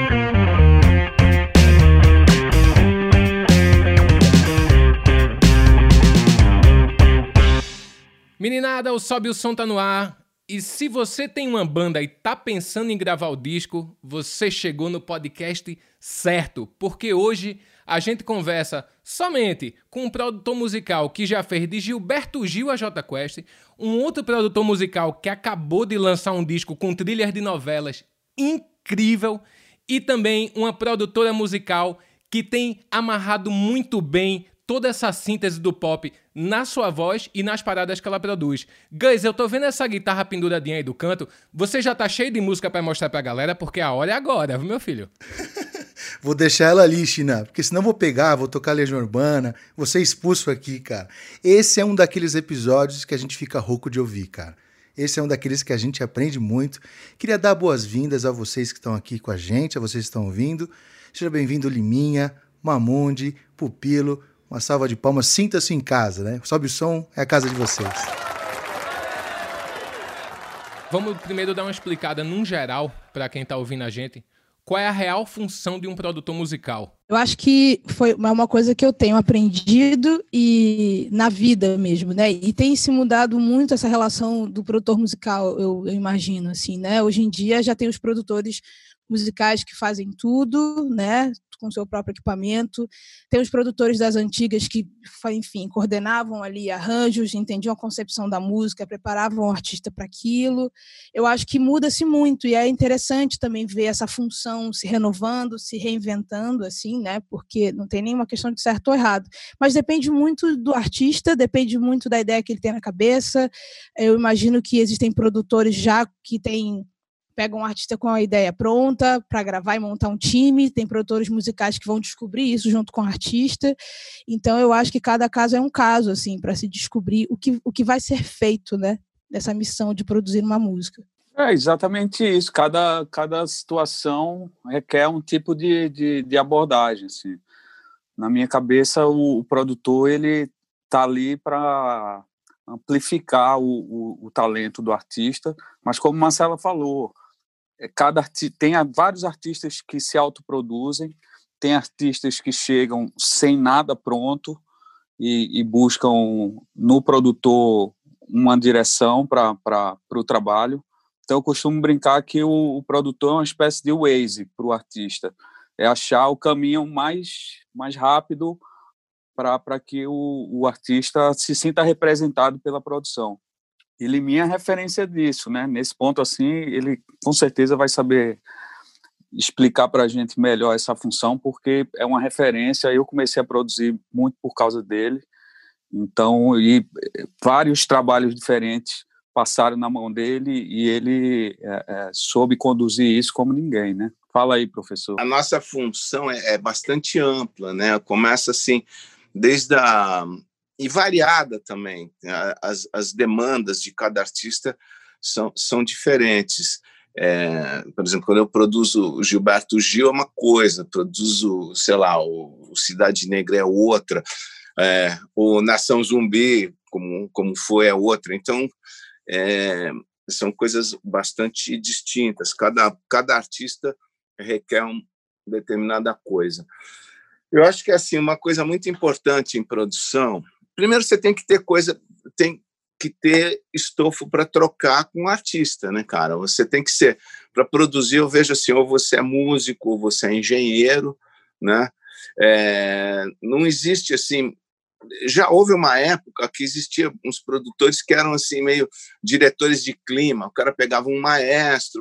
Meninada, o Sobe o Som tá no ar. E se você tem uma banda e tá pensando em gravar o disco, você chegou no podcast certo, porque hoje a gente conversa somente com um produtor musical que já fez de Gilberto Gil a Jota Quest, um outro produtor musical que acabou de lançar um disco com trilhas de novelas incrível, e também uma produtora musical que tem amarrado muito bem toda essa síntese do pop na sua voz e nas paradas que ela produz. Gus, eu tô vendo essa guitarra penduradinha aí do canto. Você já tá cheio de música pra mostrar pra galera, porque a hora é agora, viu, meu filho? Vou deixar ela ali, China, porque senão vou pegar, vou tocar Legião Urbana, vou ser expulso aqui, cara. Esse é um daqueles episódios que a gente fica rouco de ouvir, cara. Esse é um daqueles que a gente aprende muito. Queria dar boas-vindas a vocês que estão aqui com a gente, a vocês que estão ouvindo. Seja bem-vindo, Liminha, Mamundi, Pupilo. Uma salva de palmas, sinta-se em casa, né? Sobe o Som, é a casa de vocês. Vamos primeiro dar uma explicada num geral, para quem tá ouvindo a gente, qual é a real função de um produtor musical. Eu acho que foi uma coisa que eu tenho aprendido e na vida mesmo, né? E tem se mudado muito essa relação do produtor musical, eu imagino, assim, né? Hoje em dia já tem os produtores musicais que fazem tudo, né, com seu próprio equipamento. Tem os produtores das antigas que, enfim, coordenavam ali arranjos, entendiam a concepção da música, preparavam o artista para aquilo. Eu acho que muda-se muito e é interessante também ver essa função se renovando, se reinventando, assim, né, porque não tem nenhuma questão de certo ou errado, mas depende muito do artista, depende muito da ideia que ele tem na cabeça. Eu imagino que existem produtores já que pegam um artista com a ideia pronta para gravar e montar um time, tem produtores musicais que vão descobrir isso junto com o artista, então eu acho que cada caso é um caso, assim, para se descobrir o que vai ser feito, né, nessa missão de produzir uma música. É exatamente isso, cada situação requer um tipo de abordagem, assim. Na minha cabeça, o produtor, ele tá ali para amplificar o talento do artista, mas como Marcela falou, tem vários artistas que se autoproduzem, tem artistas que chegam sem nada pronto e buscam no produtor uma direção para o trabalho. Então eu costumo brincar que o produtor é uma espécie de Waze para o artista, é achar o caminho mais rápido para que o artista se sinta representado pela produção. E Liminha é referência disso, né? Nesse ponto, assim, ele com certeza vai saber explicar para a gente melhor essa função, porque é uma referência. Eu comecei a produzir muito por causa dele, então, e vários trabalhos diferentes passaram na mão dele e ele soube conduzir isso como ninguém, né? Fala aí, professor. A nossa função é bastante ampla, né? Começa assim, e variada também. As demandas de cada artista são diferentes. Por exemplo, quando eu produzo o Gilberto Gil é uma coisa, produzo, sei lá, o Cidade Negra é outra, o Nação Zumbi, como foi, é outra. Então, são coisas bastante distintas. Cada artista requer uma determinada coisa. Eu acho que assim, uma coisa muito importante em produção, primeiro você tem que ter estofo para trocar com o artista, né, cara? Você tem que ser, para produzir, eu vejo assim, ou você é músico, ou você é engenheiro, né? Não existe assim. Já houve uma época que existia uns produtores que eram assim meio diretores de clima. O cara pegava um maestro,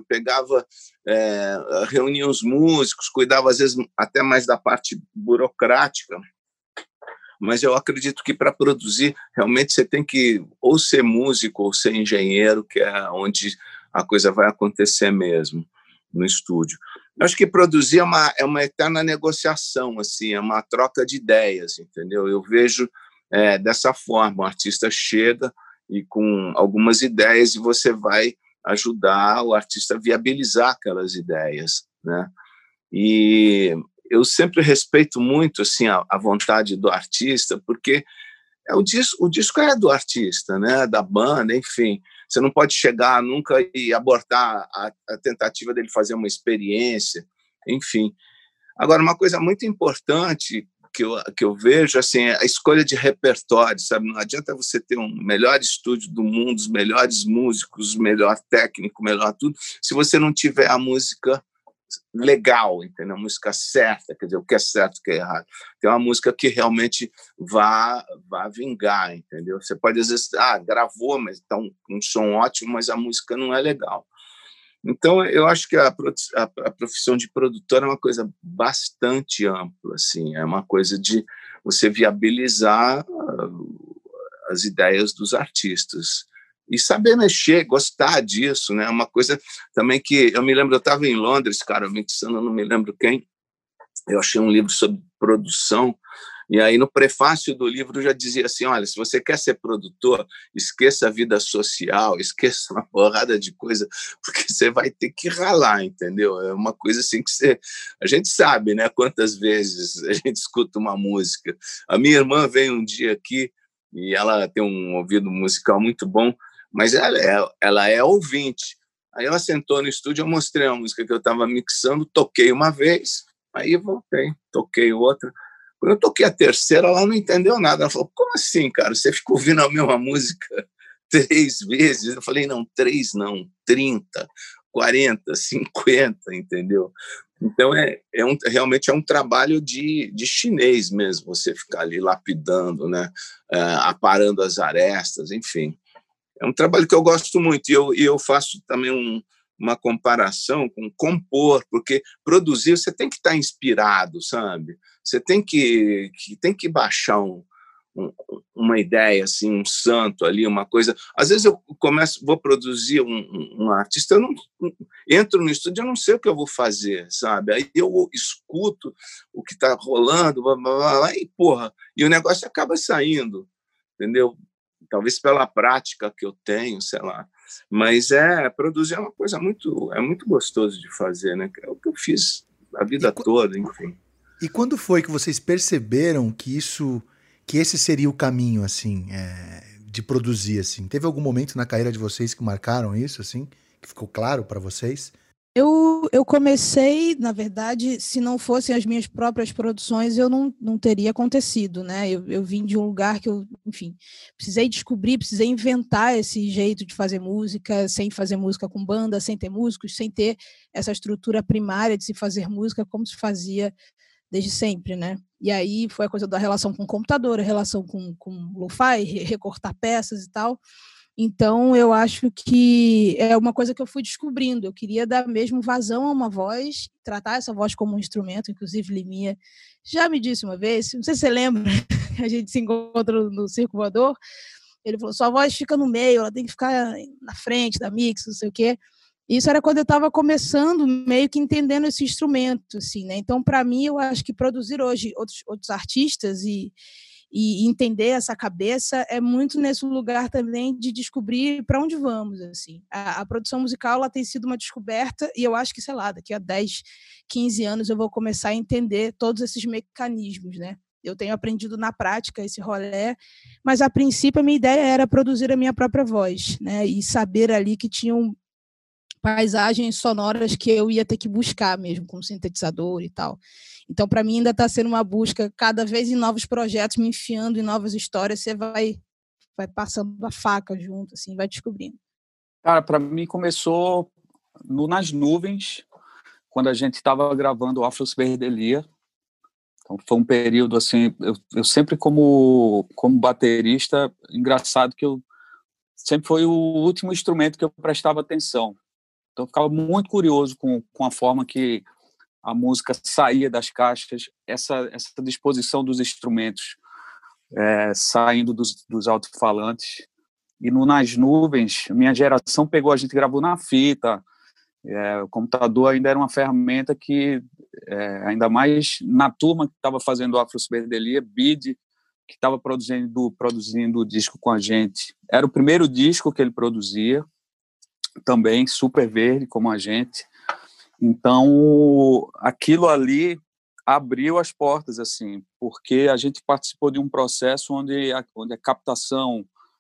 reunia os músicos, cuidava às vezes até mais da parte burocrática. Mas eu acredito que para produzir realmente você tem que ou ser músico ou ser engenheiro, que é onde a coisa vai acontecer mesmo no estúdio. Eu acho que produzir é uma eterna negociação, assim, é uma troca de ideias, entendeu? Eu vejo dessa forma, o artista chega e com algumas ideias e você vai ajudar o artista a viabilizar aquelas ideias, né? E eu sempre respeito muito assim a vontade do artista, porque o disco é do artista, né? Da banda, enfim. Você não pode chegar nunca e abortar a tentativa dele fazer uma experiência. enfim. Agora, uma coisa muito importante que eu vejo, assim, é a escolha de repertório, sabe? Não adianta você ter um melhor estúdio do mundo, os melhores músicos, melhor técnico, melhor tudo, se você não tiver a música legal, entendeu? A música certa, quer dizer, o que é certo, o que é errado. Tem uma música que realmente vá vingar, entendeu? Você pode, às vezes, gravou, mas tá um som ótimo, mas a música não é legal. Então, eu acho que a profissão de produtor é uma coisa bastante ampla, assim, é uma coisa de você viabilizar as ideias dos artistas e saber mexer, gostar disso, né? Uma coisa também que eu me lembro, eu estava em Londres, cara, mixando, eu não me lembro quem, eu achei um livro sobre produção. E aí, no prefácio do livro, já dizia assim, olha, se você quer ser produtor, esqueça a vida social, esqueça uma porrada de coisa, porque você vai ter que ralar, entendeu? É uma coisa assim que você... A gente sabe, né, quantas vezes a gente escuta uma música. A minha irmã veio um dia aqui, e ela tem um ouvido musical muito bom, mas ela é ouvinte. Aí ela sentou no estúdio, eu mostrei a música que eu estava mixando, toquei uma vez, aí eu voltei, toquei outra. Quando eu toquei a terceira, ela não entendeu nada. Ela falou, como assim, cara? Você ficou ouvindo a mesma música 3 vezes? Eu falei, não, 3 não, 30, 40, 50, entendeu? Então, realmente é um trabalho de chinês mesmo, você ficar ali lapidando, né? Aparando as arestas, enfim. É um trabalho que eu gosto muito, e eu faço também uma comparação com compor, porque produzir você tem que estar inspirado, sabe? Você tem que baixar uma ideia, assim, um santo ali, uma coisa. Às vezes eu vou produzir um artista, eu não entro no estúdio, eu não sei o que eu vou fazer, sabe? Aí eu escuto o que está rolando, blá, blá, blá, e porra, e o negócio acaba saindo, entendeu? Talvez pela prática que eu tenho, sei lá. Mas produzir é uma coisa muito gostoso de fazer, né? É o que eu fiz a vida toda, enfim. E quando foi que vocês perceberam que esse seria o caminho, assim, de produzir, assim? Teve algum momento na carreira de vocês que marcaram isso, assim? Que ficou claro para vocês? Eu comecei, na verdade, se não fossem as minhas próprias produções, eu não teria acontecido, né? Eu vim de um lugar que eu, enfim, precisei descobrir, precisei inventar esse jeito de fazer música, sem fazer música com banda, sem ter músicos, sem ter essa estrutura primária de se fazer música como se fazia desde sempre, né? E aí foi a coisa da relação com o computador, a relação com lo-fi, recortar peças e tal. Então, eu acho que é uma coisa que eu fui descobrindo. Eu queria dar mesmo vazão a uma voz, tratar essa voz como um instrumento. Inclusive, Liminha já me disse uma vez, não sei se você lembra, a gente se encontra no Circo Voador, ele falou, sua voz fica no meio, ela tem que ficar na frente da mix, não sei o quê. Isso era quando eu estava começando, meio que entendendo esse instrumento, assim, né? Então, para mim, eu acho que produzir hoje outros artistas e entender essa cabeça é muito nesse lugar também de descobrir para onde vamos, assim. A produção musical, ela tem sido uma descoberta e eu acho que, sei lá, daqui a 10, 15 anos eu vou começar a entender todos esses mecanismos, né? Eu tenho aprendido na prática esse rolê, mas a princípio a minha ideia era produzir a minha própria voz, né? E saber ali que tinham paisagens sonoras que eu ia ter que buscar mesmo, com sintetizador e tal. Então, para mim, ainda está sendo uma busca cada vez em novos projetos, me enfiando em novas histórias, você vai passando a faca junto, assim, vai descobrindo. Cara, para mim começou Nas Nuvens, quando a gente estava gravando o Afro Sverdelia. Então, foi um período, assim, eu sempre como baterista, engraçado que eu sempre foi o último instrumento que eu prestava atenção. Então, eu ficava muito curioso com a forma que a música saía das caixas, essa disposição dos instrumentos saindo dos alto-falantes. E no Nas Nuvens, minha geração pegou, a gente gravou na fita, o computador ainda era uma ferramenta que, ainda mais na turma que estava fazendo o Afro Sverdelia, Bid, que estava produzindo o disco com a gente. Era o primeiro disco que ele produzia, também super verde como a gente. Então, aquilo ali abriu as portas, assim, porque a gente participou de um processo onde a captação,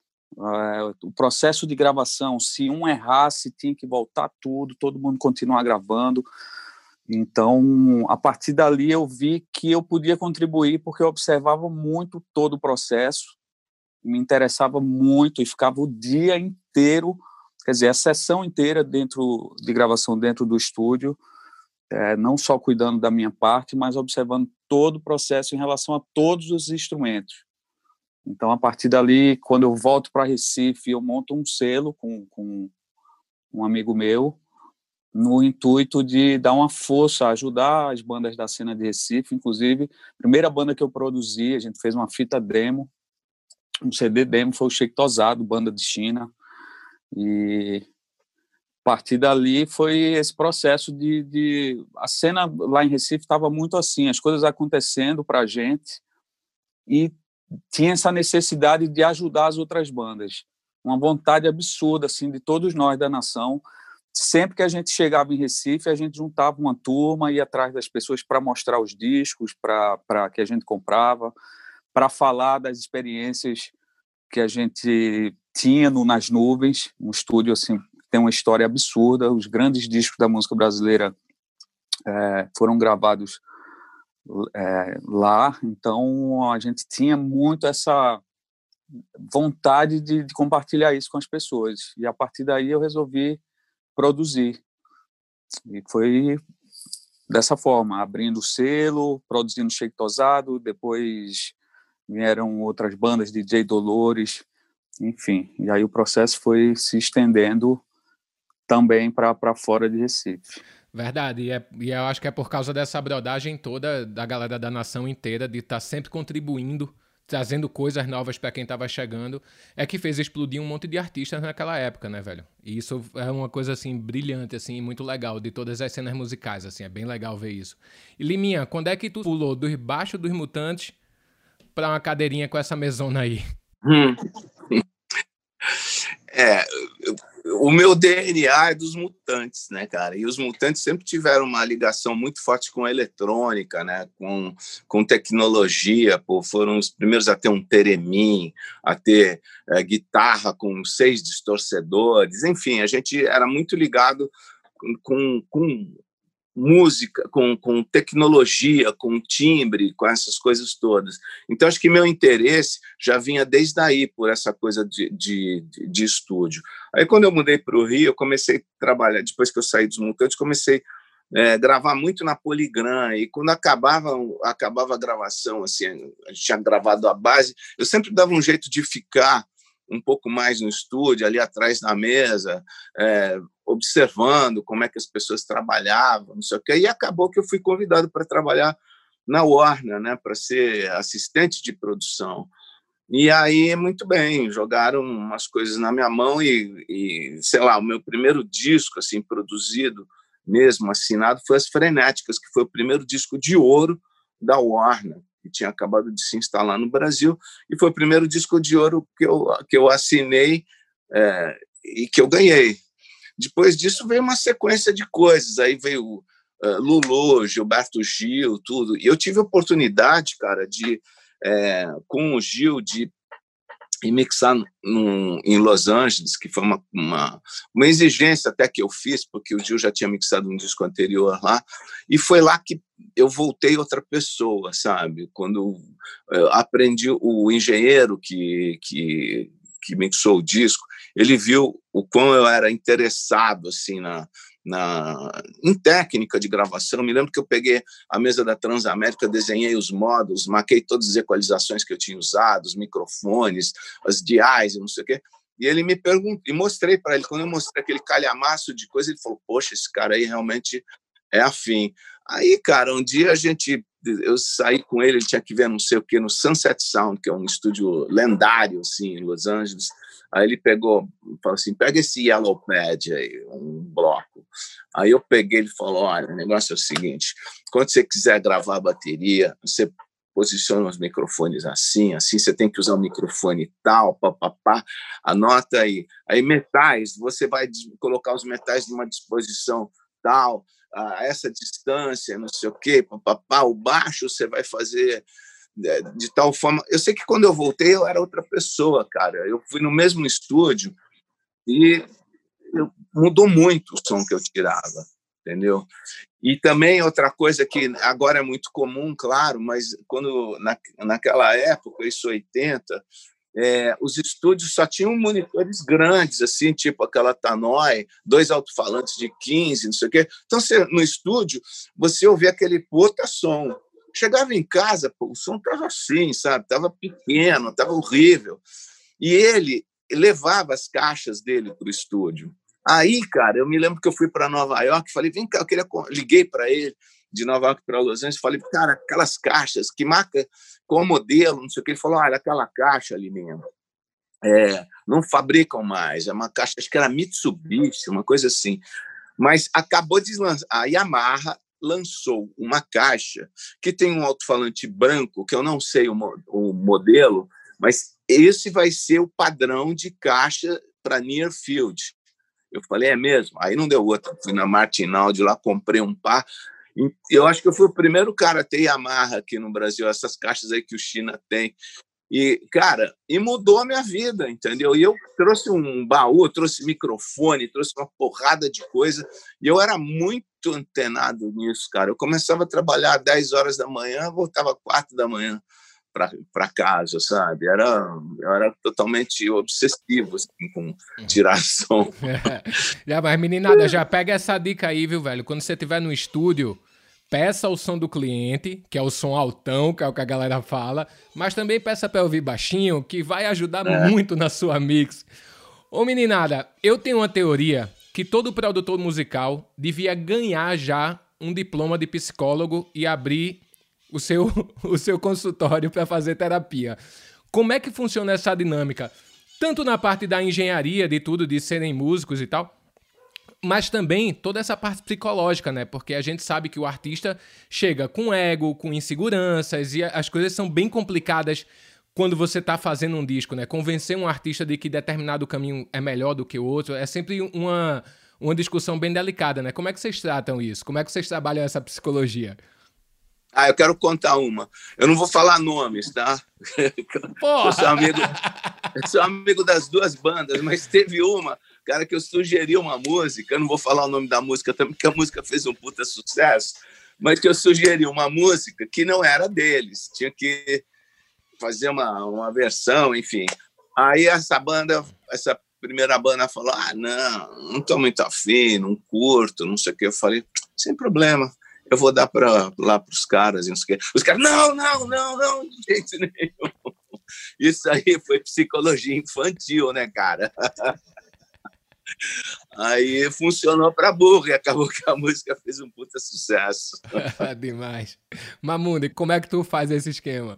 o processo de gravação, se um errasse, tinha que voltar tudo, todo mundo continuar gravando. Então, a partir dali, eu vi que eu podia contribuir, porque eu observava muito todo o processo, me interessava muito e ficava o dia inteiro, quer dizer, a sessão inteira dentro de gravação dentro do estúdio, não só cuidando da minha parte, mas observando todo o processo em relação a todos os instrumentos. Então, a partir dali, quando eu volto para Recife, eu monto um selo com um amigo meu, no intuito de dar uma força, ajudar as bandas da cena de Recife. Inclusive, a primeira banda que eu produzi, a gente fez uma fita demo, um CD demo, foi o Shake Tosado, banda de China. E a partir dali foi esse processo a cena lá em Recife estava muito assim, as coisas acontecendo para a gente, e tinha essa necessidade de ajudar as outras bandas. Uma vontade absurda assim, de todos nós da nação. Sempre que a gente chegava em Recife, a gente juntava uma turma, ia atrás das pessoas para mostrar os discos, para que a gente comprava, para falar das experiências que a gente tinha nas nuvens, um estúdio assim, tem uma história absurda. Os grandes discos da música brasileira foram gravados lá, então a gente tinha muito essa vontade de compartilhar isso com as pessoas, e a partir daí eu resolvi produzir. E foi dessa forma, abrindo o selo, produzindo Shake Tosado, depois vieram outras bandas, DJ Dolores, enfim. E aí o processo foi se estendendo também para fora de Recife. Verdade, e eu acho que é por causa dessa brodagem toda da galera da nação inteira, de estar sempre contribuindo, trazendo coisas novas para quem estava chegando, é que fez explodir um monte de artistas naquela época, né, velho? E isso é uma coisa, assim, brilhante, assim, muito legal, de todas as cenas musicais, assim, é bem legal ver isso. E, Liminha, quando é que tu pulou dos baixos dos Mutantes pra uma cadeirinha com essa mesona aí? O meu DNA é dos Mutantes, né, cara? E os Mutantes sempre tiveram uma ligação muito forte com a eletrônica, né? Com tecnologia. Pô, foram os primeiros a ter um theremin, a ter guitarra com 6 distorcedores. Enfim, a gente era muito ligado com música, com tecnologia, com timbre, com essas coisas todas. Então, acho que meu interesse já vinha desde aí, por essa coisa de estúdio. Aí, quando eu mudei para o Rio, eu comecei a trabalhar, depois que eu saí dos Mutantes, comecei a gravar muito na Polygram, e quando acabava a gravação, assim, a gente tinha gravado a base, eu sempre dava um jeito de ficar um pouco mais no estúdio, ali atrás da mesa, observando como é que as pessoas trabalhavam, não sei o quê, e acabou que eu fui convidado para trabalhar na Warner, né, para ser assistente de produção. E aí, muito bem, jogaram umas coisas na minha mão e sei lá, o meu primeiro disco assim produzido, mesmo assinado, foi As Frenéticas, que foi o primeiro disco de ouro da Warner, que tinha acabado de se instalar no Brasil, e foi o primeiro disco de ouro que eu assinei e que eu ganhei. Depois disso veio uma sequência de coisas, aí veio Lulu, Gilberto Gil, tudo, e eu tive a oportunidade, cara, de com o Gil, de mixar em Los Angeles, que foi uma exigência até que eu fiz, porque o Gil já tinha mixado um disco anterior lá, e foi lá que eu voltei outra pessoa, sabe? Quando eu aprendi, o engenheiro que mixou o disco, ele viu o quão eu era interessado assim em técnica de gravação. Me lembro que eu peguei a mesa da Transamérica, desenhei os módulos, marquei todas as equalizações que eu tinha usado, os microfones, as DIs, não sei o quê. E ele me perguntou, e mostrei para ele, quando eu mostrei aquele calhamaço de coisa, ele falou, poxa, esse cara aí realmente é afim. Aí, cara, um dia eu saí com ele tinha que ver não sei o quê, no Sunset Sound, que é um estúdio lendário, assim, em Los Angeles. Aí ele falou assim, pega esse Yellow Pad aí, um bloco. Aí eu peguei, ele falou, olha, o negócio é o seguinte, quando você quiser gravar a bateria, você posiciona os microfones assim, você tem que usar o microfone tal, papapá, anota aí. Aí metais, você vai colocar os metais numa disposição tal, a essa distância, não sei o quê, papapá, o baixo você vai fazer de tal forma. Eu sei que quando eu voltei eu era outra pessoa, cara. Eu fui no mesmo estúdio e mudou muito o som que eu tirava. entendeu? E também outra coisa que agora é muito comum, claro, mas quando naquela época, isso 80, os estúdios só tinham monitores grandes, assim, tipo aquela Tannoy, 2 alto-falantes de 15, não sei o quê. Então, no estúdio, você ouvia aquele puta som. Chegava em casa, pô, o som estava assim, sabe? Estava pequeno, estava horrível. E ele levava as caixas dele para o estúdio. Aí, cara, eu me lembro que eu fui para Nova York, falei, vem cá, liguei para ele, de Nova York para Los Angeles, falei, cara, aquelas caixas, que marca, qual modelo, não sei o que. Ele falou, olha, aquela caixa ali mesmo, não fabricam mais, é uma caixa, acho que era Mitsubishi, uma coisa assim. Mas acabou de lançar, a Yamaha lançou uma caixa que tem um alto-falante branco, que eu não sei o modelo, mas esse vai ser o padrão de caixa para Near Field. Eu falei, é mesmo? Aí não deu outra. Fui na Martinaldi lá, comprei um par. Eu acho que eu fui o primeiro cara a ter Yamaha aqui no Brasil, essas caixas aí que o China tem. E, cara, mudou a minha vida, entendeu? E eu trouxe um baú, trouxe microfone, trouxe uma porrada de coisa. E eu era muito antenado nisso, cara. Eu começava a trabalhar às 10 horas da manhã, voltava às 4 da manhã para casa, sabe? Eu era totalmente obsessivo assim, com tirar som. Mas, meninada, já pega essa dica aí, viu, velho? Quando você estiver no estúdio, peça o som do cliente, que é o som altão, que é o que a galera fala, mas também peça para ouvir baixinho, que vai ajudar muito na sua mix. Ô, meninada, eu tenho uma teoria que todo produtor musical devia ganhar já um diploma de psicólogo e abrir o seu consultório para fazer terapia. Como é que funciona essa dinâmica? Tanto na parte da engenharia, de tudo, de serem músicos e tal, mas também toda essa parte psicológica, né? Porque a gente sabe que o artista chega com ego, com inseguranças, e as coisas são bem complicadas quando você tá fazendo um disco, né? Convencer um artista de que determinado caminho é melhor do que o outro é sempre uma discussão bem delicada, né? Como é que vocês tratam isso? Como é que vocês trabalham essa psicologia? Eu quero contar uma. Eu não vou falar nomes, tá? Porra! Eu sou amigo das duas bandas, mas teve uma, cara, que eu sugeri uma música, eu não vou falar o nome da música também, porque a música fez um puta sucesso, mas que eu sugeri uma música que não era deles, tinha que fazer uma versão, enfim. Aí essa primeira banda falou, não tô muito afim, não curto, não sei o que. Eu falei, sem problema. Eu vou dar lá para os caras, e não sei o quê. Os caras, não, de jeito nenhum. Isso aí foi psicologia infantil, né, cara? Aí funcionou para burro e acabou que a música fez um puta sucesso. Demais. Mamundi, como é que tu faz esse esquema?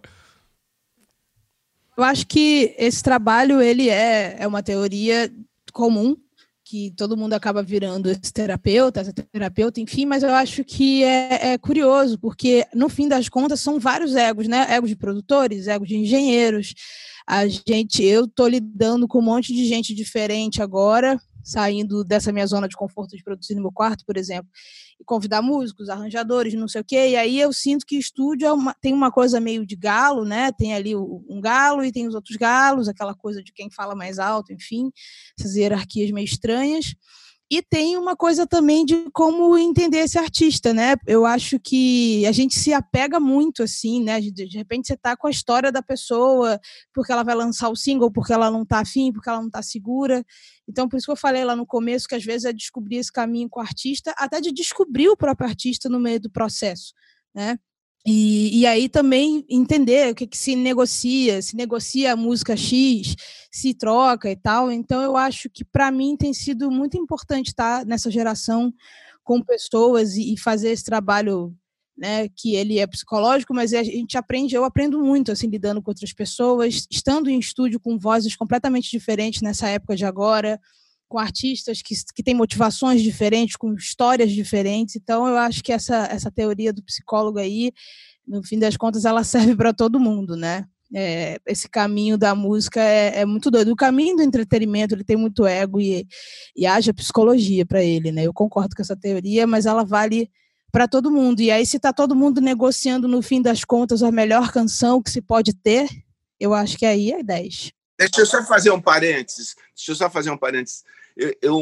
Eu acho que esse trabalho ele é uma teoria comum, que todo mundo acaba virando esse terapeuta, enfim, mas eu acho que é curioso, porque no fim das contas são vários egos, né? Egos de produtores, egos de engenheiros. Eu estou lidando com um monte de gente diferente agora, saindo dessa minha zona de conforto de produzir no meu quarto, por exemplo, e convidar músicos, arranjadores, não sei o quê, e aí eu sinto que estúdio tem uma coisa meio de galo, né? Tem ali um galo e tem os outros galos, aquela coisa de quem fala mais alto, enfim, essas hierarquias meio estranhas. E tem uma coisa também de como entender esse artista, né? Eu acho que a gente se apega muito, assim, né? De repente você está com a história da pessoa, porque ela vai lançar o single, porque ela não está afim, porque ela não está segura. Então, por isso que eu falei lá no começo, que às vezes é descobrir esse caminho com o artista, até de descobrir o próprio artista no meio do processo, né? E aí também entender o que se negocia a música X, se troca e tal. Então, eu acho que, para mim, tem sido muito importante estar nessa geração com pessoas e fazer esse trabalho, né, que ele é psicológico, mas eu aprendo muito, assim, lidando com outras pessoas, estando em estúdio com vozes completamente diferentes nessa época de agora, com artistas que têm motivações diferentes, com histórias diferentes. Então, eu acho que essa teoria do psicólogo aí, no fim das contas, ela serve para todo mundo, né? Esse caminho da música é muito doido. O caminho do entretenimento, ele tem muito ego e haja psicologia para ele, né? Eu concordo com essa teoria, mas ela vale para todo mundo. E aí, se está todo mundo negociando, no fim das contas, a melhor canção que se pode ter, eu acho que aí é 10. Deixa eu só fazer um parênteses.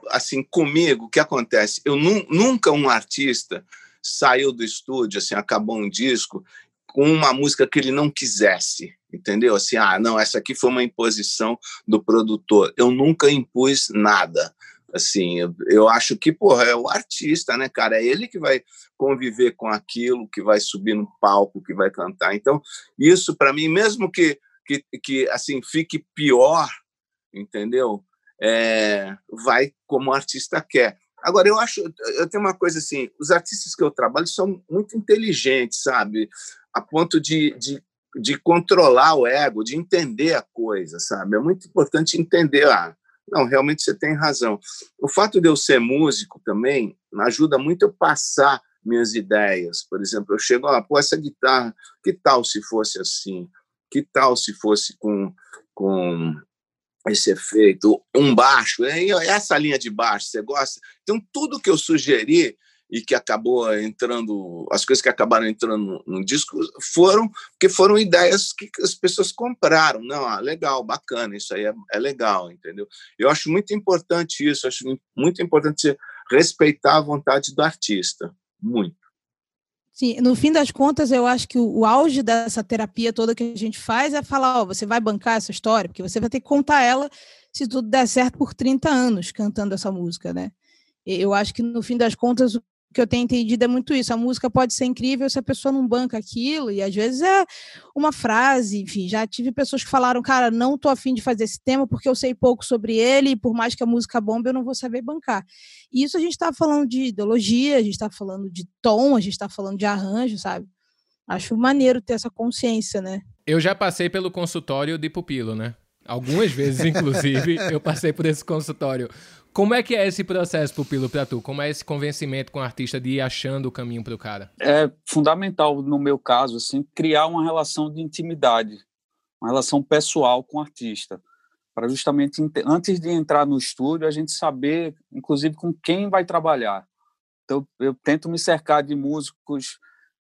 assim, comigo, o que acontece? Eu nunca um artista saiu do estúdio, assim, acabou um disco com uma música que ele não quisesse, entendeu? Assim, não, essa aqui foi uma imposição do produtor. Eu nunca impus nada. Assim, eu acho que, porra, é o artista, né, cara? É ele que vai conviver com aquilo, que vai subir no palco, que vai cantar. Então, isso, para mim, mesmo que assim, fique pior, entendeu? Vai como o artista quer. Agora, eu tenho uma coisa assim, os artistas que eu trabalho são muito inteligentes, sabe? A ponto de controlar o ego, de entender a coisa, sabe? É muito importante entender, não, realmente você tem razão. O fato de eu ser músico também ajuda muito a passar minhas ideias. Por exemplo, eu chego, essa guitarra, que tal se fosse assim? Que tal se fosse com esse efeito, um baixo, essa linha de baixo, você gosta? Então, tudo que eu sugeri e que acabou entrando, as coisas que acabaram entrando no disco foram ideias que as pessoas compraram. Não, legal, bacana, isso aí é legal, entendeu? Eu acho muito importante isso, acho muito importante você respeitar a vontade do artista, muito. Sim, no fim das contas, eu acho que o auge dessa terapia toda que a gente faz é falar, você vai bancar essa história, porque você vai ter que contar ela se tudo der certo por 30 anos cantando essa música, né? Eu acho que no fim das contas, o que eu tenho entendido é muito isso, a música pode ser incrível se a pessoa não banca aquilo, e às vezes é uma frase, enfim, já tive pessoas que falaram, cara, não tô afim de fazer esse tema porque eu sei pouco sobre ele, e por mais que a música bombe, eu não vou saber bancar. E isso a gente está falando de ideologia, a gente está falando de tom, a gente está falando de arranjo, sabe? Acho maneiro ter essa consciência, né? Eu já passei pelo consultório de pupilo, né? Algumas vezes, inclusive, eu passei por esse consultório. Como é que é esse processo, Pupilo, pra tu? Como é esse convencimento com o artista de ir achando o caminho pro cara? É fundamental, no meu caso, assim, criar uma relação de intimidade, uma relação pessoal com o artista, para justamente, antes de entrar no estúdio, a gente saber, inclusive, com quem vai trabalhar. Então, eu tento me cercar de músicos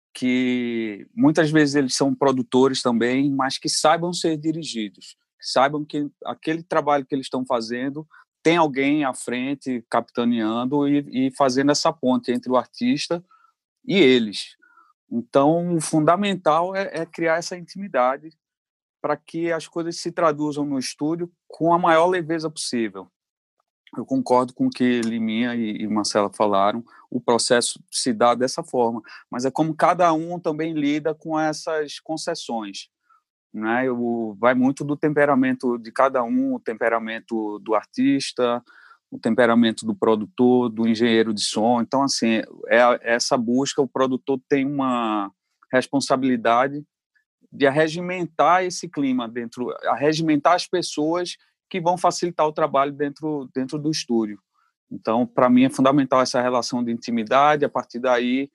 que, muitas vezes, eles são produtores também, mas que saibam ser dirigidos, que saibam que aquele trabalho que eles estão fazendo tem alguém à frente capitaneando e fazendo essa ponte entre o artista e eles. Então, o fundamental é criar essa intimidade para que as coisas se traduzam no estúdio com a maior leveza possível. Eu concordo com o que Liminha e Marcela falaram, o processo se dá dessa forma, mas é como cada um também lida com essas concessões, né? Vai muito do temperamento de cada um, o temperamento do artista, o temperamento do produtor, do engenheiro de som. Então, assim, essa busca, o produtor tem uma responsabilidade de arregimentar esse clima arregimentar as pessoas que vão facilitar o trabalho dentro do estúdio. Então, para mim, é fundamental essa relação de intimidade, a partir daí,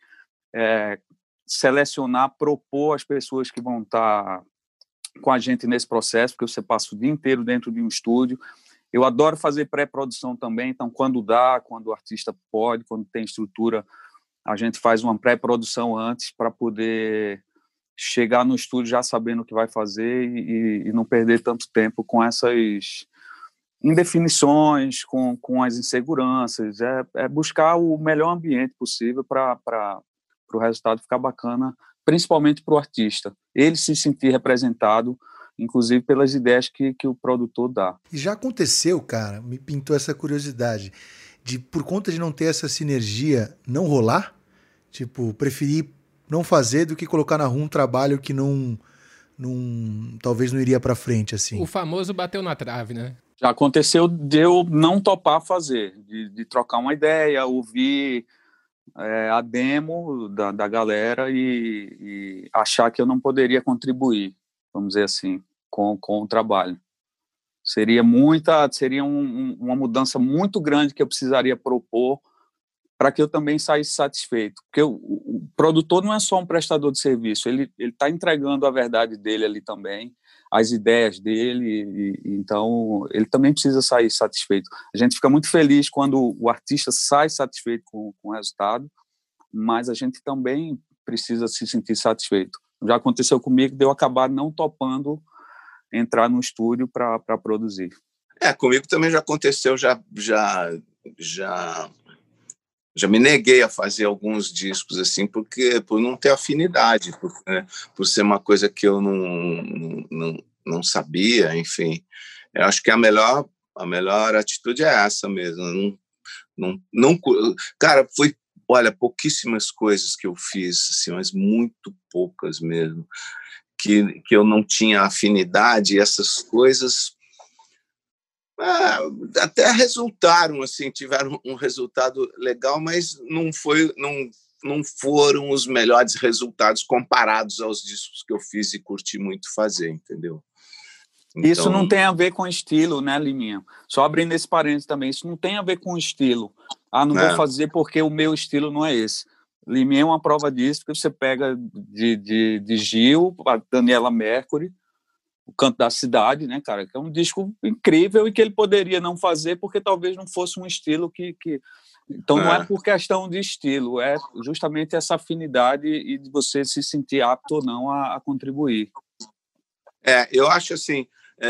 selecionar, propor as pessoas que vão estar com a gente nesse processo, porque você passa o dia inteiro dentro de um estúdio. Eu adoro fazer pré-produção também, então quando dá, quando o artista pode, quando tem estrutura, a gente faz uma pré-produção antes para poder chegar no estúdio já sabendo o que vai fazer e não perder tanto tempo com essas indefinições, com as inseguranças. É buscar o melhor ambiente possível para o resultado ficar bacana, principalmente para o artista. Ele se sentir representado, inclusive pelas ideias que o produtor dá. E já aconteceu, cara, me pintou essa curiosidade, de por conta de não ter essa sinergia, não rolar? Tipo, preferir não fazer do que colocar na rua um trabalho que talvez não iria pra frente, assim. O famoso bateu na trave, né? Já aconteceu de eu não topar fazer, de trocar uma ideia, ouvir a demo da galera e achar que eu não poderia contribuir, vamos dizer assim, com o trabalho. Seria uma mudança muito grande que eu precisaria propor para que eu também saísse satisfeito. Porque o produtor não é só um prestador de serviço, ele está entregando a verdade dele ali também, as ideias dele, então ele também precisa sair satisfeito. A gente fica muito feliz quando o artista sai satisfeito com o resultado, mas a gente também precisa se sentir satisfeito. Já aconteceu comigo de eu acabar não topando entrar no estúdio para produzir. Comigo também já aconteceu, já já me neguei a fazer alguns discos assim, porque por não ter afinidade, por ser uma coisa que eu não sabia, enfim. Eu acho que a melhor atitude é essa mesmo. Cara, olha, pouquíssimas coisas que eu fiz, assim, mas muito poucas mesmo, que eu não tinha afinidade, e essas coisas até resultaram, assim, tiveram um resultado legal, mas não foram os melhores resultados comparados aos discos que eu fiz e curti muito fazer, entendeu? Então... Isso não tem a ver com estilo, né, Liminha? Só abrindo esse parênteses também, isso não tem a ver com estilo. Não vou fazer porque o meu estilo não é esse. Liminha é uma prova disso, porque você pega de Gil, a Daniela Mercury, O Canto da Cidade, né, cara? Que é um disco incrível e que ele poderia não fazer porque talvez não fosse um estilo que... Então não é por questão de estilo, é justamente essa afinidade e de você se sentir apto ou não a contribuir. Eu acho assim,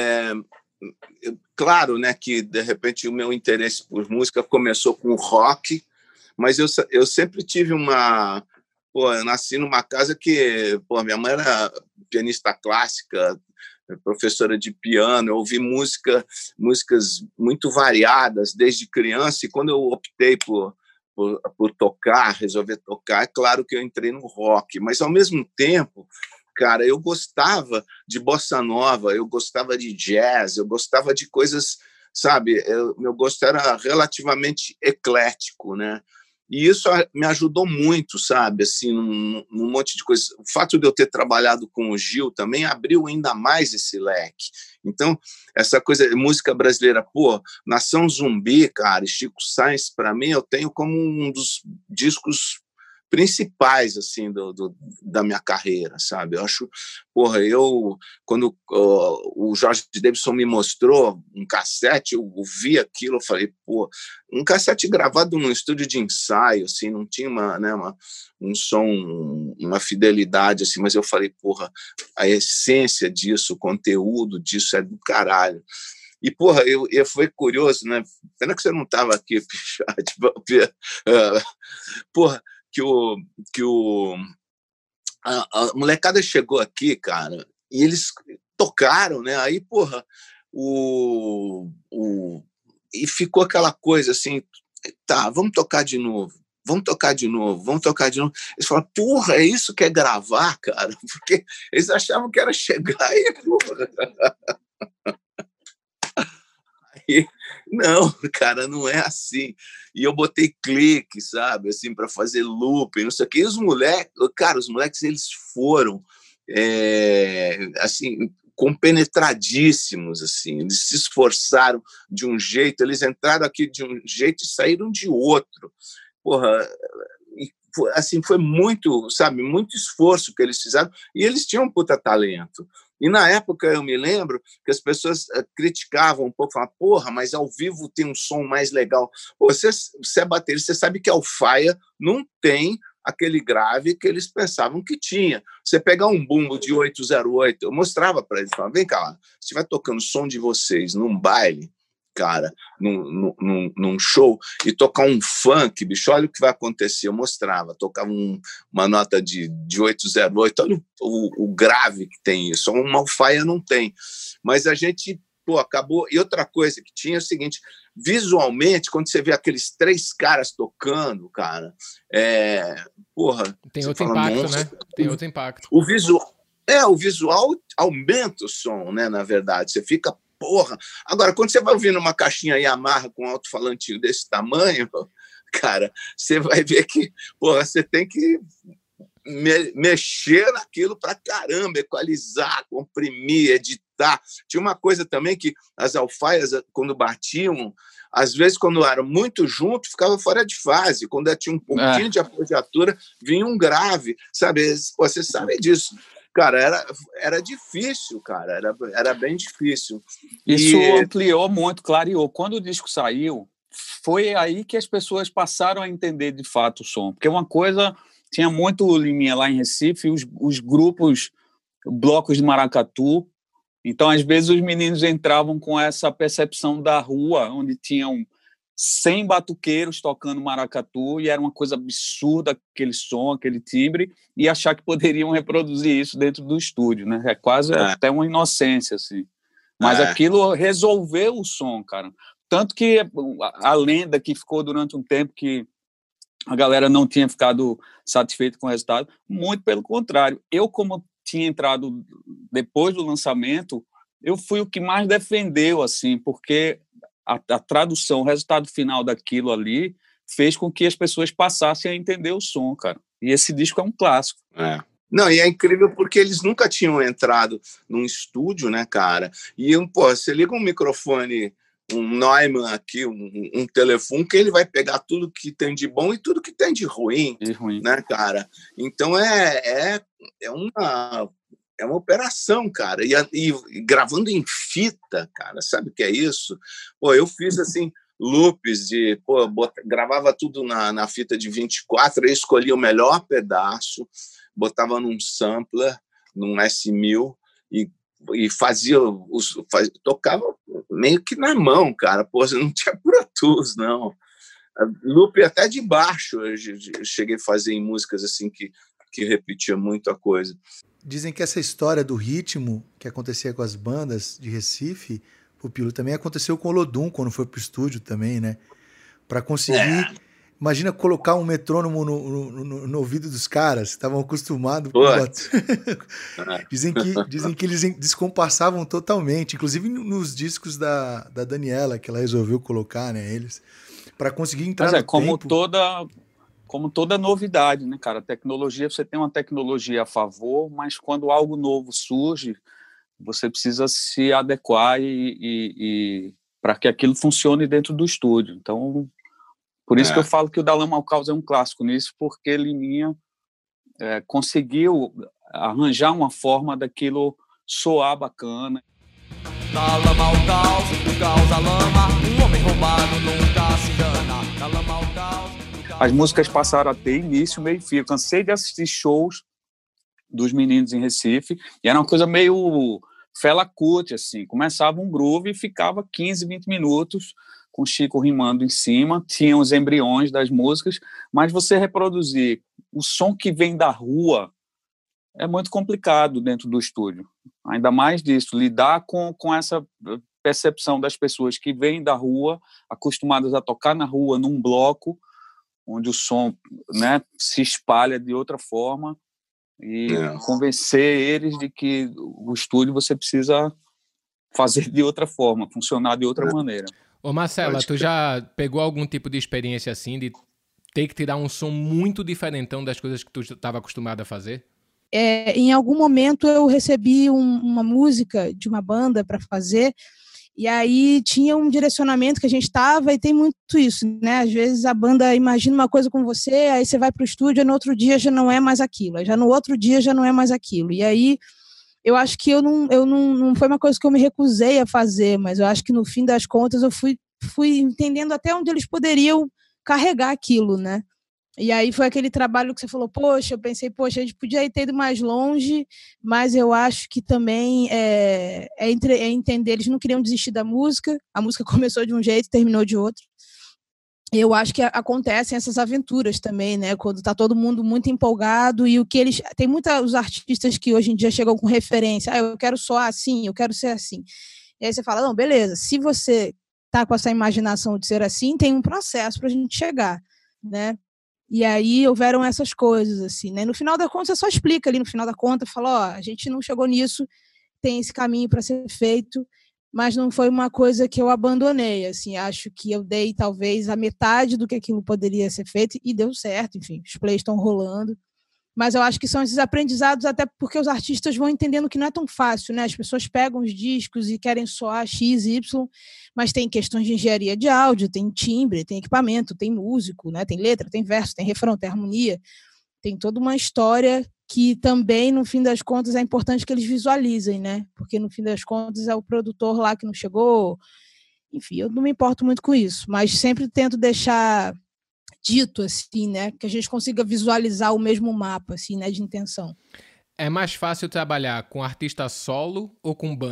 claro, né, que de repente o meu interesse por música começou com o rock, mas eu sempre tive eu nasci numa casa que, minha mãe era pianista clássica, professora de piano, eu ouvi músicas muito variadas desde criança, e quando eu optei por resolver tocar, é claro que eu entrei no rock, mas ao mesmo tempo, cara, eu gostava de bossa nova, eu gostava de jazz, eu gostava de coisas, sabe, meu gosto era relativamente eclético, né? E isso me ajudou muito, sabe, assim, num monte de coisas. O fato de eu ter trabalhado com o Gil também abriu ainda mais esse leque. Então, essa coisa, música brasileira, Nação Zumbi, cara, Chico Science, para mim, eu tenho como um dos discos principais, assim, da minha carreira, sabe? Eu acho, quando o Jorge Davidson me mostrou um cassete, eu ouvi aquilo, eu falei, um cassete gravado num estúdio de ensaio, assim, não tinha um som, uma fidelidade, assim, mas eu falei, a essência disso, o conteúdo disso é do caralho. E, foi curioso, né? Pena que você não estava aqui, Pichote. A molecada chegou aqui, cara, e eles tocaram, né? Aí, e ficou aquela coisa assim, tá, vamos tocar de novo. Eles falaram, é isso que é gravar, cara? Porque eles achavam que era chegar e, Aí, não, cara, não é assim. E eu botei clique, sabe, assim, para fazer looping, não sei o quê. E os moleques, eles foram, assim, compenetradíssimos, assim. Eles se esforçaram de um jeito, eles entraram aqui de um jeito e saíram de outro. Assim, foi muito, sabe, muito esforço que eles fizeram, e eles tinham um puta talento. E na época eu me lembro que as pessoas criticavam um pouco, falavam, mas ao vivo tem um som mais legal. Você é baterista, você sabe que a alfaia não tem aquele grave que eles pensavam que tinha. Você pegar um bumbo de 808, eu mostrava para eles, falava, vem cá, se estiver tocando o som de vocês num baile, cara, num show, e tocar um funk, bicho, olha o que vai acontecer. Eu mostrava, tocava uma nota de 808, olha o grave que tem isso, uma alfaia não tem. Mas a gente, acabou. E outra coisa que tinha é o seguinte, visualmente, quando você vê aqueles 3 caras tocando, cara, tem outro impacto, né? Tem outro impacto. O visual aumenta o som, né, na verdade. Você fica, Agora, quando você vai ouvir numa caixinha Yamaha com um alto-falantinho desse tamanho, cara, você vai ver que, você tem que mexer naquilo pra caramba, equalizar, comprimir, editar. Tinha uma coisa também que as alfaias, quando batiam, às vezes, quando eram muito junto, ficava fora de fase. Quando tinha um pouquinho de apogiatura, vinha um grave, sabe? Você sabe disso. Cara, era difícil, cara, era bem difícil. Isso ampliou muito, clareou. Quando o disco saiu, foi aí que as pessoas passaram a entender de fato o som. Porque uma coisa, tinha muito Liminha lá em Recife, os grupos, blocos de maracatu. Então, às vezes, os meninos entravam com essa percepção da rua, onde tinham 100 batuqueiros tocando maracatu, e era uma coisa absurda aquele som, aquele timbre, e achar que poderiam reproduzir isso dentro do estúdio, né? É quase até uma inocência, assim. Mas aquilo resolveu o som, cara. Tanto que a lenda que ficou durante um tempo que a galera não tinha ficado satisfeita com o resultado, muito pelo contrário. Eu, como tinha entrado depois do lançamento, eu fui o que mais defendeu, assim, porque a tradução, o resultado final daquilo ali fez com que as pessoas passassem a entender o som, cara. E esse disco é um clássico. Não, e é incrível porque eles nunca tinham entrado num estúdio, né, cara? E, você liga um microfone, um Neumann aqui, um telefone, que ele vai pegar tudo que tem de bom e tudo que tem de ruim, né, cara? Então é uma operação, cara. E gravando em fita, cara, sabe o que é isso? Eu fiz, assim, loops de... gravava tudo na fita de 24, aí escolhia o melhor pedaço, botava num sampler, num S1000, e tocava meio que na mão, cara. Não tinha Pro Tools, não. Loop até de baixo eu cheguei a fazer em músicas assim que repetia muito a coisa. Dizem que essa história do ritmo que acontecia com as bandas de Recife, o Pilo, também aconteceu com o Olodum quando foi pro estúdio também, né? Para conseguir... Imagina colocar um metrônomo no ouvido dos caras, estavam acostumados com dizem que eles descompassavam totalmente, inclusive nos discos da Daniela, que ela resolveu colocar, né, eles, para conseguir entrar no tempo. Como toda novidade, né, cara? A tecnologia, você tem uma tecnologia a favor, mas quando algo novo surge, você precisa se adequar e para que aquilo funcione dentro do estúdio. Então, por isso que eu falo que o Da Lama ao Caos é um clássico nisso, porque Liminha conseguiu arranjar uma forma daquilo soar bacana. Da lama ao caos, do caos à lama, um homem roubado nunca se engana. Da lama ao caos. As músicas passaram a ter início, meio e fim. Eu cansei de assistir shows dos meninos em Recife, e era uma coisa meio Fela Kuti, assim. Começava um groove e ficava 15, 20 minutos com o Chico rimando em cima, tinha os embriões das músicas, mas você reproduzir o som que vem da rua é muito complicado dentro do estúdio. Ainda mais disso, lidar com essa percepção das pessoas que vêm da rua, acostumadas a tocar na rua, num bloco, onde o som, né, se espalha de outra forma, e convencer eles de que o estúdio você precisa fazer de outra forma, funcionar de outra maneira. Ô Marcela, tu já pegou algum tipo de experiência assim, de ter que tirar um som muito diferentão das coisas que tu estava acostumado a fazer? Em algum momento eu recebi uma música de uma banda para fazer, e aí tinha um direcionamento que a gente estava, e tem muito isso, né? Às vezes a banda imagina uma coisa com você, aí você vai para o estúdio e no outro dia já não é mais aquilo, já no outro dia já não é mais aquilo. E aí eu acho que eu não foi uma coisa que eu me recusei a fazer, mas eu acho que no fim das contas eu fui entendendo até onde eles poderiam carregar aquilo, né? E aí foi aquele trabalho que você falou, eu pensei, a gente podia ter ido mais longe, mas eu acho que também entender, eles não queriam desistir da música, a música começou de um jeito, terminou de outro. Eu acho que acontecem essas aventuras também, né? Quando está todo mundo muito empolgado e o que eles... Tem muitos artistas que hoje em dia chegam com referência. Eu quero soar assim, eu quero ser assim. E aí você fala, não, beleza, se você está com essa imaginação de ser assim, tem um processo para a gente chegar, né? E aí houveram essas coisas, assim, né? No final da conta, você só explica ali, no final da conta, fala, a gente não chegou nisso, tem esse caminho para ser feito, mas não foi uma coisa que eu abandonei, assim, acho que eu dei talvez a metade do que aquilo poderia ser feito e deu certo, enfim, os plays estão rolando, mas eu acho que são esses aprendizados, até porque os artistas vão entendendo que não é tão fácil, né? As pessoas pegam os discos e querem soar X, Y, mas tem questões de engenharia de áudio, tem timbre, tem equipamento, tem músico, né? Tem letra, tem verso, tem refrão, tem harmonia, tem toda uma história que também, no fim das contas, é importante que eles visualizem, né? Porque, no fim das contas, é o produtor lá que não chegou. Enfim, eu não me importo muito com isso, mas sempre tento deixar dito, assim, né? Que a gente consiga visualizar o mesmo mapa, assim, né? De intenção. É mais fácil trabalhar com artista solo ou com banda?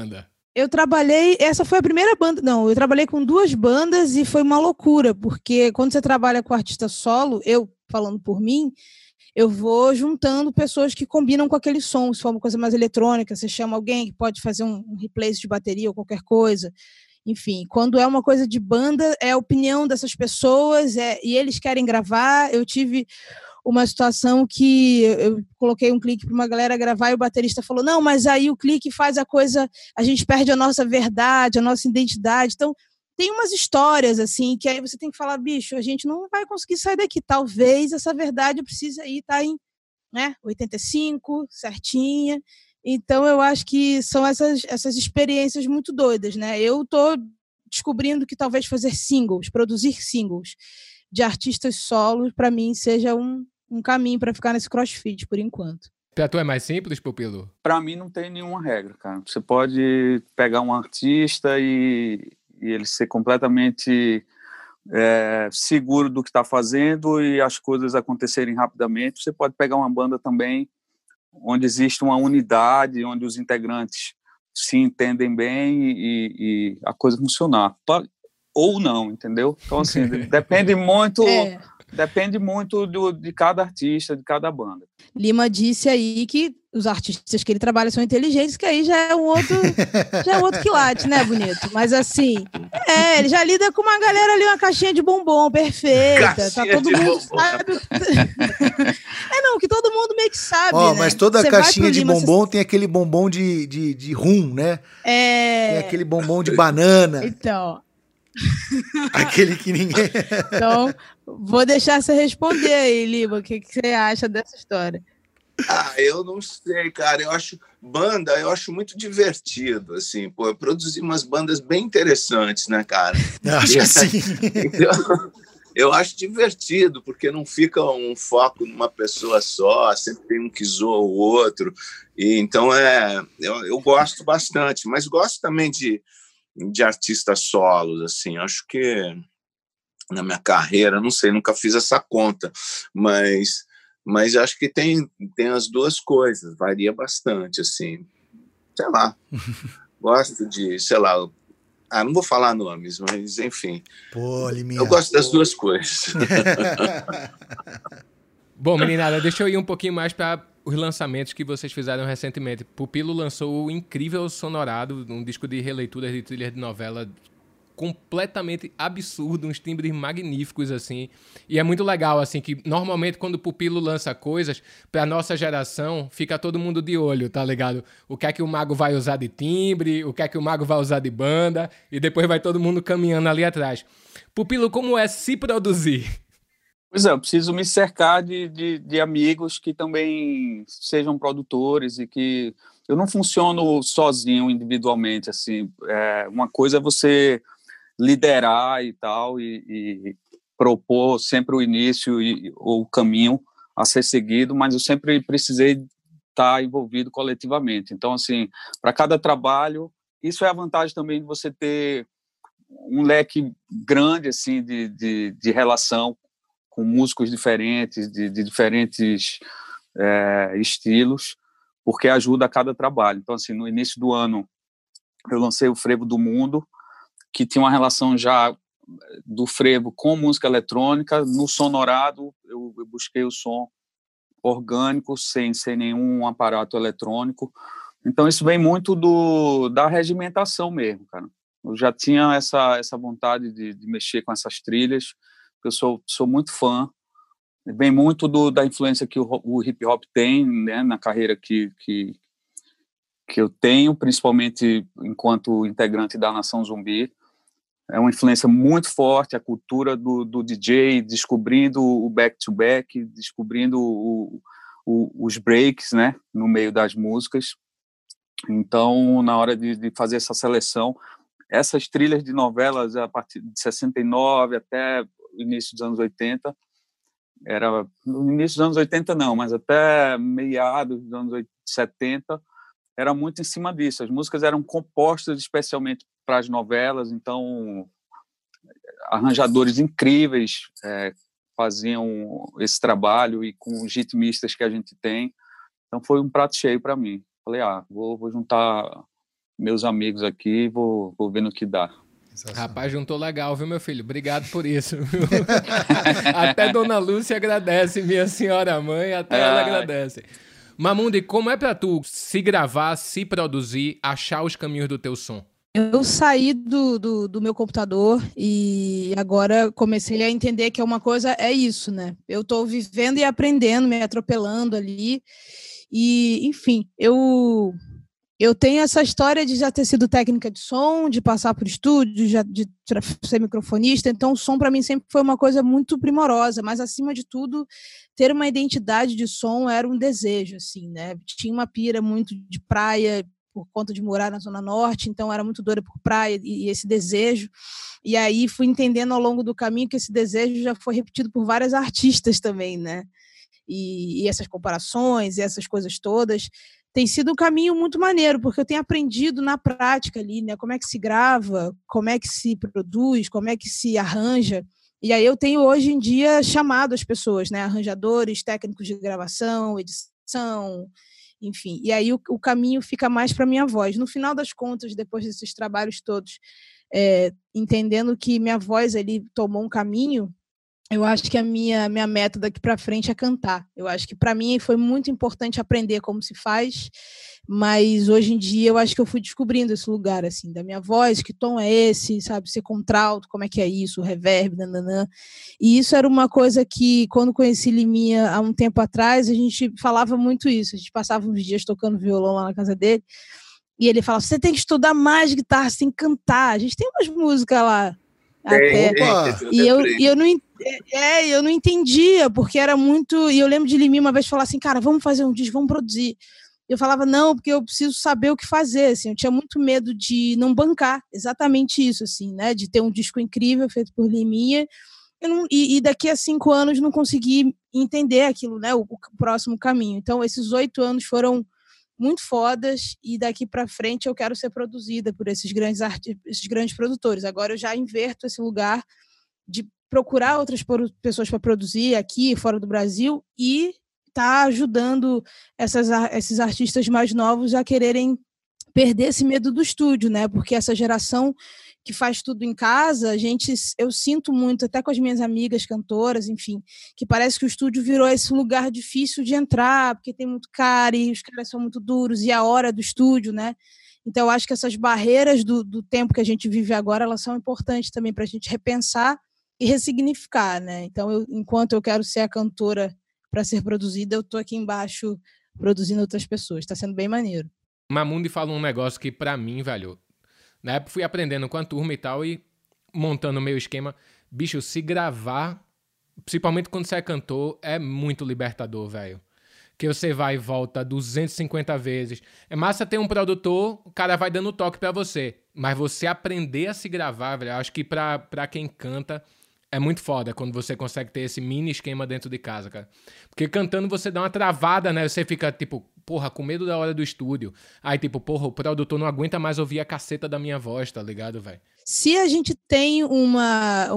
Eu trabalhei, essa foi a primeira banda, não, eu trabalhei com 2 bandas e foi uma loucura, porque quando você trabalha com artista solo, eu falando por mim, eu vou juntando pessoas que combinam com aquele som, se for uma coisa mais eletrônica, você chama alguém que pode fazer um replace de bateria ou qualquer coisa, enfim, quando é uma coisa de banda, é a opinião dessas pessoas, e eles querem gravar. Eu tive uma situação que eu coloquei um clique para uma galera gravar e o baterista falou, não, mas aí o clique faz a coisa, a gente perde a nossa verdade, a nossa identidade. Então, tem umas histórias assim, que aí você tem que falar, bicho, a gente não vai conseguir sair daqui, talvez essa verdade precise aí estar em, né, 85, certinha. Então, eu acho que são essas experiências muito doidas, né? Eu estou descobrindo que talvez fazer singles, produzir singles de artistas solos, para mim, seja um caminho para ficar nesse crossfit, por enquanto. Pra tu é mais simples, Pupilo? Para mim não tem nenhuma regra, cara. Você pode pegar um artista e ele ser completamente seguro do que está fazendo e as coisas acontecerem rapidamente. Você pode pegar uma banda também onde existe uma unidade, onde os integrantes se entendem bem e a coisa funcionar. Ou não, entendeu? Então, assim, depende muito... Depende muito de cada artista, de cada banda. Lima disse aí que os artistas que ele trabalha são inteligentes, que aí já é um outro quilate, né, bonito? Mas assim, ele já lida com uma galera ali, uma caixinha de bombom perfeita. Caixinha tá todo de mundo bombom. sabe. Não, que todo mundo meio que sabe, né? Mas toda Você caixinha de Lima, bombom tem aquele bombom de rum, né? Tem aquele bombom de banana. Então... Aquele que ninguém... Então, vou deixar você responder aí, Lima, o que você acha dessa história? Eu não sei, cara. Eu acho muito divertido, assim. Pô, eu produzi umas bandas bem interessantes, né, cara? Acho que sim. Então, eu acho divertido, porque não fica um foco numa pessoa só, sempre tem um que zoa o outro. E, então, eu gosto bastante, mas gosto também de artistas solos, assim. Acho que na minha carreira, não sei, nunca fiz essa conta, mas acho que tem as duas coisas, varia bastante, assim. Sei lá, gosto de, sei lá, não vou falar nomes, mas enfim. Pô, Liminha. Eu gosto das duas coisas. Bom, meninada, deixa eu ir um pouquinho mais para os lançamentos que vocês fizeram recentemente. Pupilo lançou o incrível Sonorado, um disco de releituras de trilhas de novela completamente absurdo, uns timbres magníficos, assim. E é muito legal, assim, que normalmente quando o Pupilo lança coisas, pra nossa geração, fica todo mundo de olho, tá ligado? O que é que o Mago vai usar de timbre, o que é que o Mago vai usar de banda, e depois vai todo mundo caminhando ali atrás. Pupilo, como é se produzir? Pois é, eu preciso me cercar de amigos que também sejam produtores e que... Eu não funciono sozinho, individualmente, assim. Uma coisa é você liderar e tal, e propor sempre o início ou o caminho a ser seguido, mas eu sempre precisei estar envolvido coletivamente. Então, assim, para cada trabalho, isso é a vantagem também de você ter um leque grande, assim, de relação com músicos diferentes, de diferentes estilos, porque ajuda a cada trabalho. Então, assim, no início do ano, eu lancei o Frevo do Mundo, que tinha uma relação já do frevo com música eletrônica. No Sonorado, eu busquei o som orgânico, sem nenhum aparato eletrônico. Então, isso vem muito da regimentação mesmo, cara. Eu já tinha essa vontade de mexer com essas trilhas, eu sou muito fã. Vem muito da influência que o hip-hop tem, né, na carreira que eu tenho, principalmente enquanto integrante da Nação Zumbi. É uma influência muito forte, a cultura do DJ, descobrindo o back-to-back, descobrindo os breaks, né, no meio das músicas. Então, na hora de fazer essa seleção, essas trilhas de novelas, a partir de 69 até o início dos anos 80, no início dos anos 80 não, mas até meados dos anos 70, era muito em cima disso. As músicas eram compostas especialmente para as novelas, então arranjadores incríveis faziam esse trabalho, e com os ritmistas que a gente tem. Então foi um prato cheio para mim. Falei, vou juntar meus amigos aqui, vou ver no que dá. Rapaz, juntou legal, viu, meu filho? Obrigado por isso. Até Dona Lúcia agradece, minha senhora mãe, até ela agradece. Mamundi, como é pra tu se gravar, se produzir, achar os caminhos do teu som? Eu saí do meu computador e agora comecei a entender que uma coisa é isso, né? Eu tô vivendo e aprendendo, me atropelando ali. E, enfim, eu tenho essa história de já ter sido técnica de som, de passar por estúdio, de ser microfonista, então o som para mim sempre foi uma coisa muito primorosa, mas acima de tudo, ter uma identidade de som era um desejo, assim, né? Tinha uma pira muito de praia, por conta de morar na Zona Norte, então era muito doida por praia e esse desejo, e aí fui entendendo ao longo do caminho que esse desejo já foi repetido por várias artistas também, né? E essas comparações, e essas coisas todas, tem sido um caminho muito maneiro, porque eu tenho aprendido na prática ali, né, como é que se grava, como é que se produz, como é que se arranja, e aí eu tenho hoje em dia chamado as pessoas, né, arranjadores, técnicos de gravação, edição, enfim, e aí o caminho fica mais para a minha voz. No final das contas, depois desses trabalhos todos, entendendo que minha voz ali tomou um caminho, eu acho que a minha meta daqui para frente é cantar. Eu acho que para mim foi muito importante aprender como se faz, mas hoje em dia eu acho que eu fui descobrindo esse lugar assim da minha voz, que tom é esse, sabe, ser contralto, como é que é isso, reverb, nananã. E isso era uma coisa que quando conheci Liminha há um tempo atrás, a gente falava muito isso. A gente passava uns dias tocando violão lá na casa dele, e ele falava: "Você tem que estudar mais guitarra, você tem que cantar. A gente tem umas músicas lá até." E eu não entendia, porque era muito. E eu lembro de Liminha uma vez falar assim: "Cara, vamos fazer um disco, vamos produzir." Eu falava: "Não, porque eu preciso saber o que fazer." Assim, eu tinha muito medo de não bancar, exatamente isso, assim, né? De ter um disco incrível feito por Liminha e daqui a 5 anos não conseguir entender aquilo, né? O próximo caminho. Então, esses 8 anos foram muito fodas, e daqui para frente eu quero ser produzida por esses grandes produtores. Agora eu já inverto esse lugar de procurar outras pessoas para produzir aqui, fora do Brasil, e tá ajudando esses artistas mais novos a quererem perder esse medo do estúdio, né? Porque essa geração que faz tudo em casa, eu sinto muito, até com as minhas amigas cantoras, enfim, que parece que o estúdio virou esse lugar difícil de entrar, porque tem muito cara e os caras são muito duros, e a hora do estúdio, né? Então, eu acho que essas barreiras do tempo que a gente vive agora, elas são importantes também para a gente repensar e ressignificar, né? Então, enquanto eu quero ser a cantora para ser produzida, eu estou aqui embaixo produzindo outras pessoas. Está sendo bem maneiro. Mamundi falou um negócio que, pra mim, velho, na época fui aprendendo com a turma e tal, e montando o meu esquema. Bicho, se gravar, principalmente quando você é cantor, é muito libertador, velho. Que você vai e volta 250 vezes. É massa ter um produtor, o cara vai dando toque pra você. Mas você aprender a se gravar, velho, eu acho que pra quem canta é muito foda quando você consegue ter esse mini esquema dentro de casa, cara. Porque cantando você dá uma travada, né? Você fica, tipo, porra, com medo da hora do estúdio. Aí, tipo, porra, o produtor não aguenta mais ouvir a caceta da minha voz, tá ligado, velho? Se a gente tem uma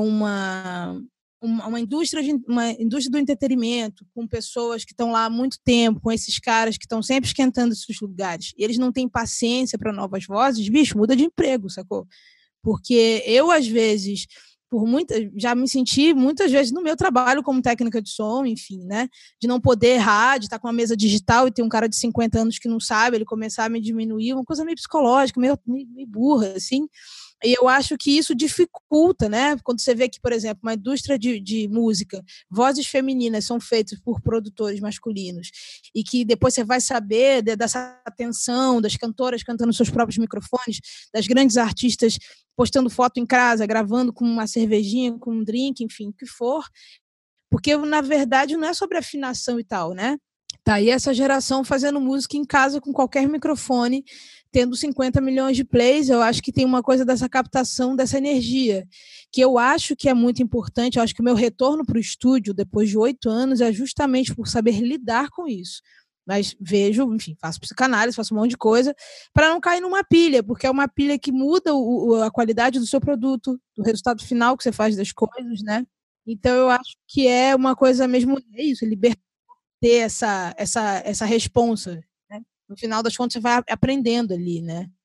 indústria do entretenimento, com pessoas que estão lá há muito tempo, com esses caras que estão sempre esquentando esses lugares, e eles não têm paciência para novas vozes, bicho, muda de emprego, sacou? Porque eu, às vezes, já me senti muitas vezes no meu trabalho como técnica de som, enfim, né? De não poder errar, de estar com uma mesa digital e ter um cara de 50 anos que não sabe, ele começar a me diminuir, uma coisa meio psicológica, meio burra, assim. E eu acho que isso dificulta, né? Quando você vê que, por exemplo, uma indústria de música, vozes femininas são feitas por produtores masculinos, e que depois você vai saber dessa atenção das cantoras cantando seus próprios microfones, das grandes artistas postando foto em casa, gravando com uma cervejinha, com um drink, enfim, o que for. Porque, na verdade, não é sobre afinação e tal, né? Tá aí essa geração fazendo música em casa com qualquer microfone, tendo 50 milhões de plays. Eu acho que tem uma coisa dessa captação, dessa energia, que eu acho que é muito importante. Eu acho que o meu retorno para o estúdio, depois de 8 anos, é justamente por saber lidar com isso. Mas vejo, enfim, faço psicanálise, faço um monte de coisa, para não cair numa pilha, porque é uma pilha que muda a qualidade do seu produto, do resultado final que você faz das coisas, né? Então, eu acho que é uma coisa mesmo, é isso, libertar, ter essa responsa, né? No final das contas, você vai aprendendo ali, né?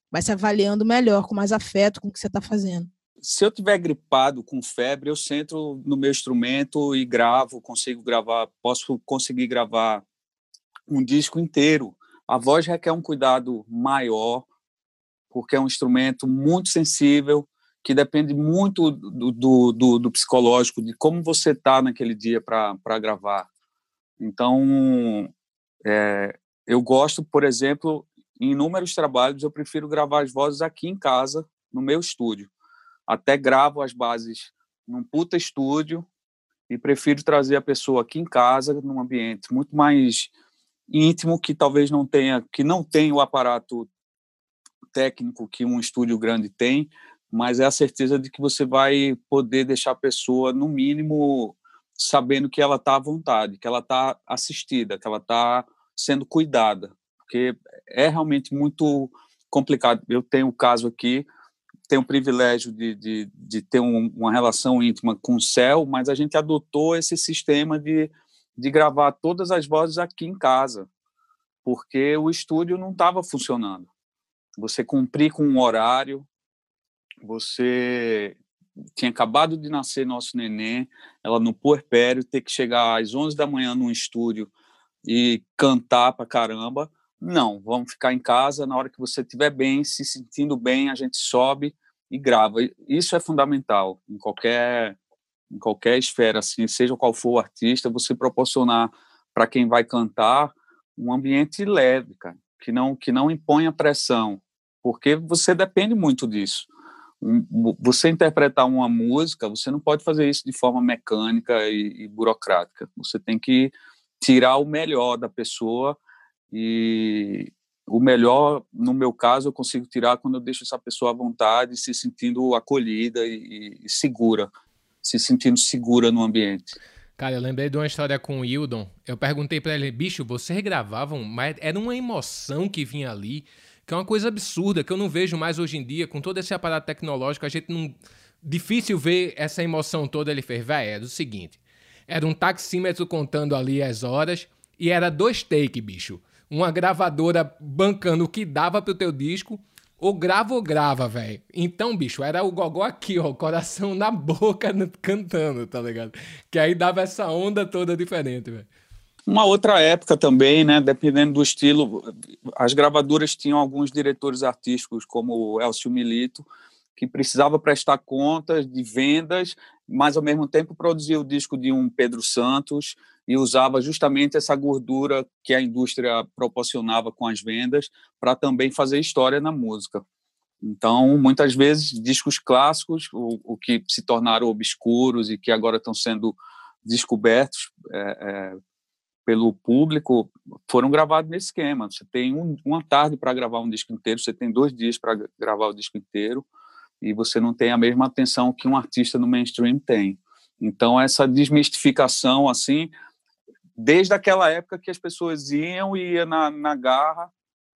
vai se avaliando melhor, com mais afeto com o que você está fazendo. Se eu tiver gripado com febre, eu sento no meu instrumento e gravo, posso conseguir gravar um disco inteiro. A voz requer um cuidado maior, porque é um instrumento muito sensível, que depende muito do psicológico, de como você está naquele dia para gravar. Então, eu gosto, por exemplo, em inúmeros trabalhos, eu prefiro gravar as vozes aqui em casa, no meu estúdio. Até gravo as bases num puta estúdio e prefiro trazer a pessoa aqui em casa, num ambiente muito mais íntimo, que talvez não tenha o aparato técnico que um estúdio grande tem, mas é a certeza de que você vai poder deixar a pessoa, no mínimo, sabendo que ela está à vontade, que ela está assistida, que ela está sendo cuidada, porque é realmente muito complicado. Eu tenho um caso aqui, tenho o privilégio de ter uma relação íntima com o Céu, mas a gente adotou esse sistema de gravar todas as vozes aqui em casa, porque o estúdio não estava funcionando. Você cumprir com um horário, você tinha acabado de nascer nosso neném, ela no puerpério, ter que chegar às 11 da manhã num estúdio e cantar pra caramba. Não, vamos ficar em casa, na hora que você estiver bem, se sentindo bem, a gente sobe e grava. Isso é fundamental em qualquer esfera, assim, seja qual for o artista, você proporcionar para quem vai cantar um ambiente leve, cara, que não imponha pressão, porque você depende muito disso. Você interpretar uma música, você não pode fazer isso de forma mecânica e burocrática. Você tem que tirar o melhor da pessoa, e o melhor, no meu caso, eu consigo tirar quando eu deixo essa pessoa à vontade, se sentindo acolhida e segura, se sentindo segura no ambiente. Cara, eu lembrei de uma história com o Hildon. Eu perguntei pra ele, bicho, vocês gravavam? Mas era uma emoção que vinha ali, que é uma coisa absurda, que eu não vejo mais hoje em dia, com todo esse aparato tecnológico, a gente não... Difícil ver essa emoção toda. Ele fez, velho, era o seguinte, era um taxímetro contando ali as horas, e era 2 take, bicho. Uma gravadora bancando o que dava pro teu disco, ou grava, velho. Então, bicho, era o gogó aqui, ó, o coração na boca cantando, tá ligado? Que aí dava essa onda toda diferente, velho. Uma outra época também, né, dependendo do estilo, as gravadoras tinham alguns diretores artísticos, como o Elcio Milito, que precisava prestar contas de vendas, mas ao mesmo tempo produzia o disco de um Pedro Santos e usava justamente essa gordura que a indústria proporcionava com as vendas para também fazer história na música. Então, muitas vezes, discos clássicos, o que se tornaram obscuros e que agora estão sendo descobertos pelo público, foram gravados nesse esquema. Você tem uma tarde para gravar um disco inteiro, você tem 2 dias para gravar o disco inteiro, e você não tem a mesma atenção que um artista no mainstream tem. Então, essa desmistificação, assim, desde aquela época que as pessoas iam na garra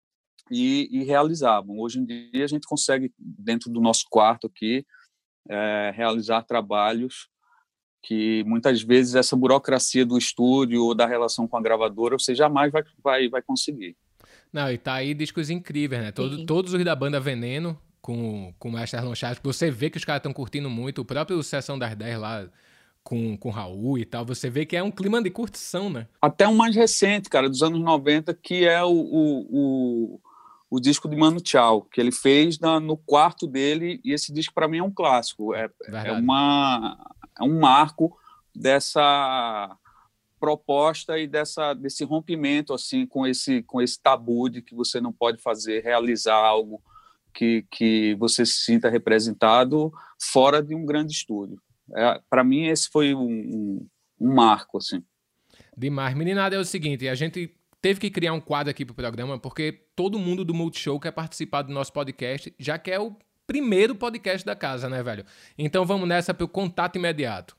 e realizavam. Hoje em dia, a gente consegue, dentro do nosso quarto aqui, realizar trabalhos que, muitas vezes, essa burocracia do estúdio ou da relação com a gravadora, você jamais vai conseguir. Não, e tá aí discos incríveis, né? Todos os da banda Veneno, com o Mestre Arlon Chaves, você vê que os caras estão curtindo muito, o próprio Sessão das 10 lá, com o Raul e tal, você vê que é um clima de curtição, né? Até um mais recente, cara, dos anos 90, que é o disco de Mano Tchau, que ele fez no quarto dele, e esse disco para mim é um clássico, é um marco dessa proposta e desse rompimento assim com esse tabu de que você não pode realizar algo que você se sinta representado fora de um grande estúdio. Para mim, esse foi um marco, assim. Demais. Meninada, é o seguinte, a gente teve que criar um quadro aqui pro programa, porque todo mundo do Multishow quer participar do nosso podcast, já que é o primeiro podcast da casa, né, velho? Então vamos nessa pro contato imediato.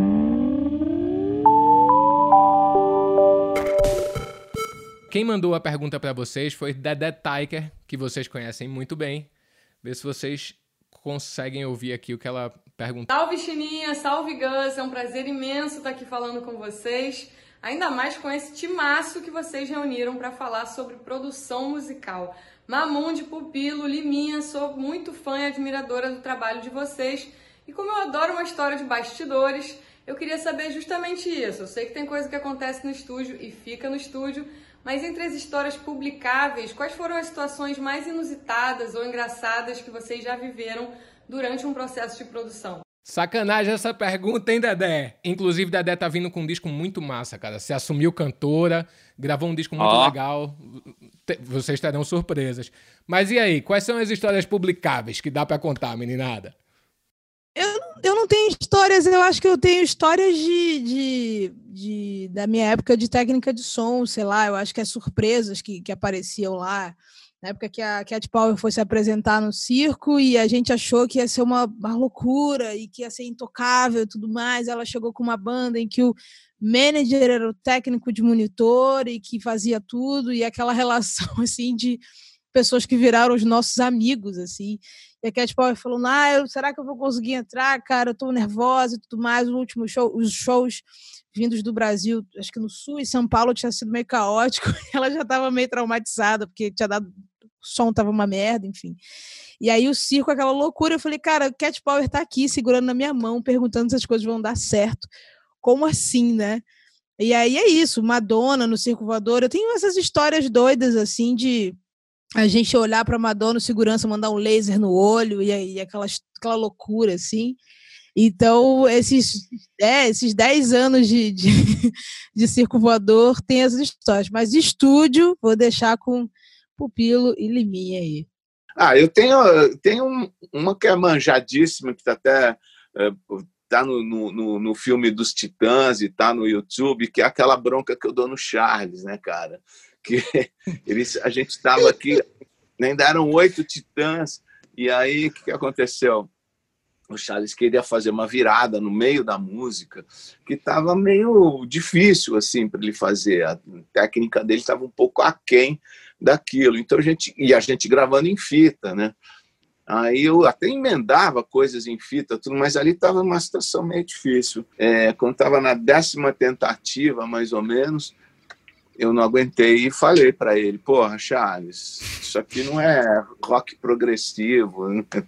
Quem mandou a pergunta para vocês foi Dedé Tiker, que vocês conhecem muito bem. Vê se vocês conseguem ouvir aqui o que ela perguntou. Salve, Chininha! Salve, Gus! É um prazer imenso estar aqui falando com vocês. ainda mais com esse timaço que vocês reuniram para falar sobre produção musical. Mamundi, Pupilo, Liminha, sou muito fã e admiradora do trabalho de vocês. E como eu adoro uma história de bastidores, eu queria saber justamente isso. Eu sei que tem coisa que acontece no estúdio e fica no estúdio, mas entre as histórias publicáveis, quais foram as situações mais inusitadas ou engraçadas que vocês já viveram durante um processo de produção? Sacanagem essa pergunta, hein, Dedé? Inclusive, Dedé tá vindo com um disco muito massa, cara. Se assumiu cantora, gravou um disco muito legal. Vocês terão surpresas. Mas e aí, quais são as histórias publicáveis que dá pra contar, meninada? Eu não tenho histórias, eu acho que eu tenho histórias da minha época de técnica de som, sei lá, eu acho que as surpresas que apareciam lá, na época que a Cat Power foi se apresentar no circo e a gente achou que ia ser uma loucura e que ia ser intocável e tudo mais, ela chegou com uma banda em que o manager era o técnico de monitor e que fazia tudo, e aquela relação, assim, de pessoas que viraram os nossos amigos, assim. E a Cat Power falou, será que eu vou conseguir entrar, cara? Eu tô nervosa e tudo mais. O último show, os shows vindos do Brasil, acho que no Sul e São Paulo tinha sido meio caótico. Ela já estava meio traumatizada, porque tinha dado... O som tava uma merda, enfim. E aí o circo, aquela loucura. Eu falei, cara, a Cat Power tá aqui, segurando na minha mão, perguntando se as coisas vão dar certo. Como assim, né? E aí é isso, Madonna no Circo Voador. Eu tenho essas histórias doidas, assim, de a gente olhar para Madonna, o segurança mandar um laser no olho, e aí aquela loucura, assim. Então, esses 10 anos de Circo Voador tem essas histórias. Mas de estúdio, vou deixar com Pupilo e Liminha aí. Eu tenho uma que é manjadíssima, que tá até tá no filme dos Titãs e tá no YouTube, que é aquela bronca que eu dou no Charles, né, cara? Que a gente estava aqui, ainda eram 8 Titãs, e aí o que aconteceu? O Charles queria fazer uma virada no meio da música, que estava meio difícil assim para ele fazer. A técnica dele estava um pouco aquém daquilo. Então a gente gravando em fita, né? Aí eu até emendava coisas em fita, tudo, mas ali estava uma situação meio difícil. Quando estava na 10ª tentativa, mais ou menos, eu não aguentei e falei para ele, porra, Charles, isso aqui não é rock progressivo.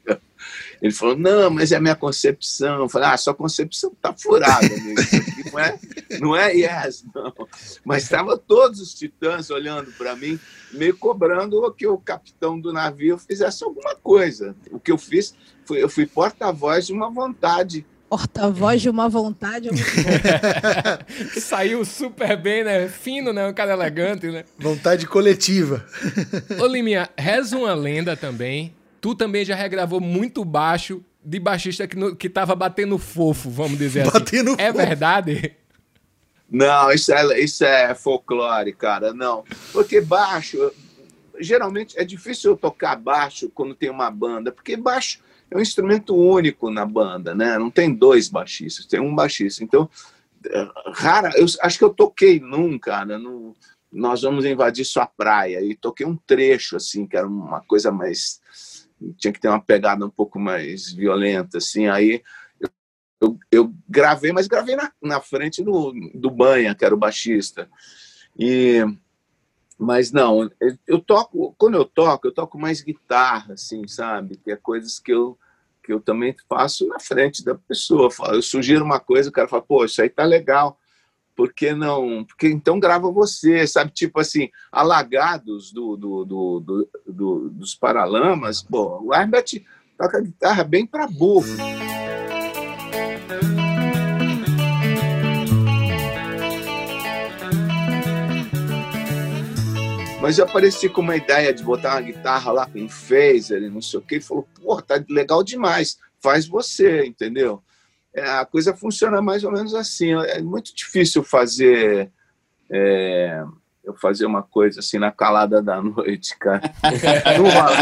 Ele falou, não, mas é a minha concepção. Eu falei, sua concepção tá furada, amigo. Isso aqui não é Yes, não. Mas estavam todos os Titãs olhando para mim, meio cobrando que o capitão do navio fizesse alguma coisa. O que eu fiz, eu fui porta-voz de uma vontade. Porta-voz de uma vontade. Saiu super bem, né? Fino, né? Um cara elegante, né? Vontade coletiva. Ô, Liminha, reza uma lenda também. Tu também já regravou muito baixo de baixista que tava batendo fofo, vamos dizer batendo assim. É fofo. Verdade? Não, isso é folclore, cara. Não. Porque baixo... Geralmente é difícil eu tocar baixo quando tem uma banda, porque baixo é um instrumento único na banda, né? Não tem 2 baixistas, tem um baixista. Então, eu acho que eu toquei cara, Nós Vamos Invadir Sua Praia, e toquei um trecho, assim, que era uma coisa mais... Tinha que ter uma pegada um pouco mais violenta, assim. Aí eu gravei, mas gravei na frente do Banha, que era o baixista. Mas não, quando eu toco mais guitarra, assim, sabe? Que é coisas que eu também faço na frente da pessoa. Eu sugiro uma coisa, o cara fala, pô, isso aí tá legal. Por que não? Porque então grava você, sabe? Tipo assim, Alagados dos Paralamas, pô, o Herbert toca guitarra bem para burro. Mas eu apareci com uma ideia de botar uma guitarra lá com um phaser e não sei o quê. Ele falou, pô, tá legal demais, faz você, entendeu? A coisa funciona mais ou menos assim. É muito difícil fazer uma coisa assim na calada da noite, cara. Não rola.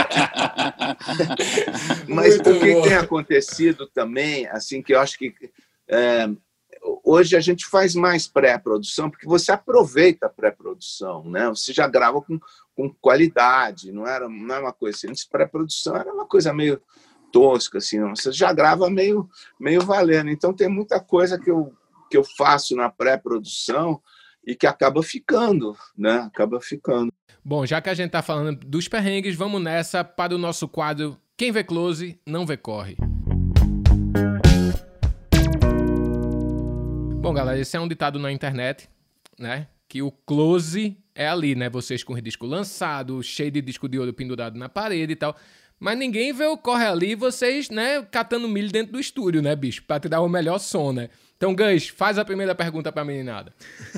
Mas muito o que tem acontecido também, assim, que eu acho que hoje a gente faz mais pré-produção, porque você aproveita a pré-produção, né? Você já grava com qualidade, não é uma coisa assim. Antes, pré-produção era uma coisa meio tosca, assim, não. Você já grava meio valendo. Então tem muita coisa que eu que eu faço na pré-produção e que acaba ficando, né? Acaba ficando. Bom, já que a gente tá falando dos perrengues, vamos nessa para o nosso quadro Quem Vê Close, Não Vê Corre. Bom, galera, esse é um ditado na internet, né? Que o close é ali, né? Vocês com o disco lançado, cheio de disco de ouro pendurado na parede e tal. Mas ninguém vê o corre ali, vocês, né? Catando milho dentro do estúdio, né, bicho? Pra te dar o melhor som, né? Então, Gus, faz a primeira pergunta pra meninada.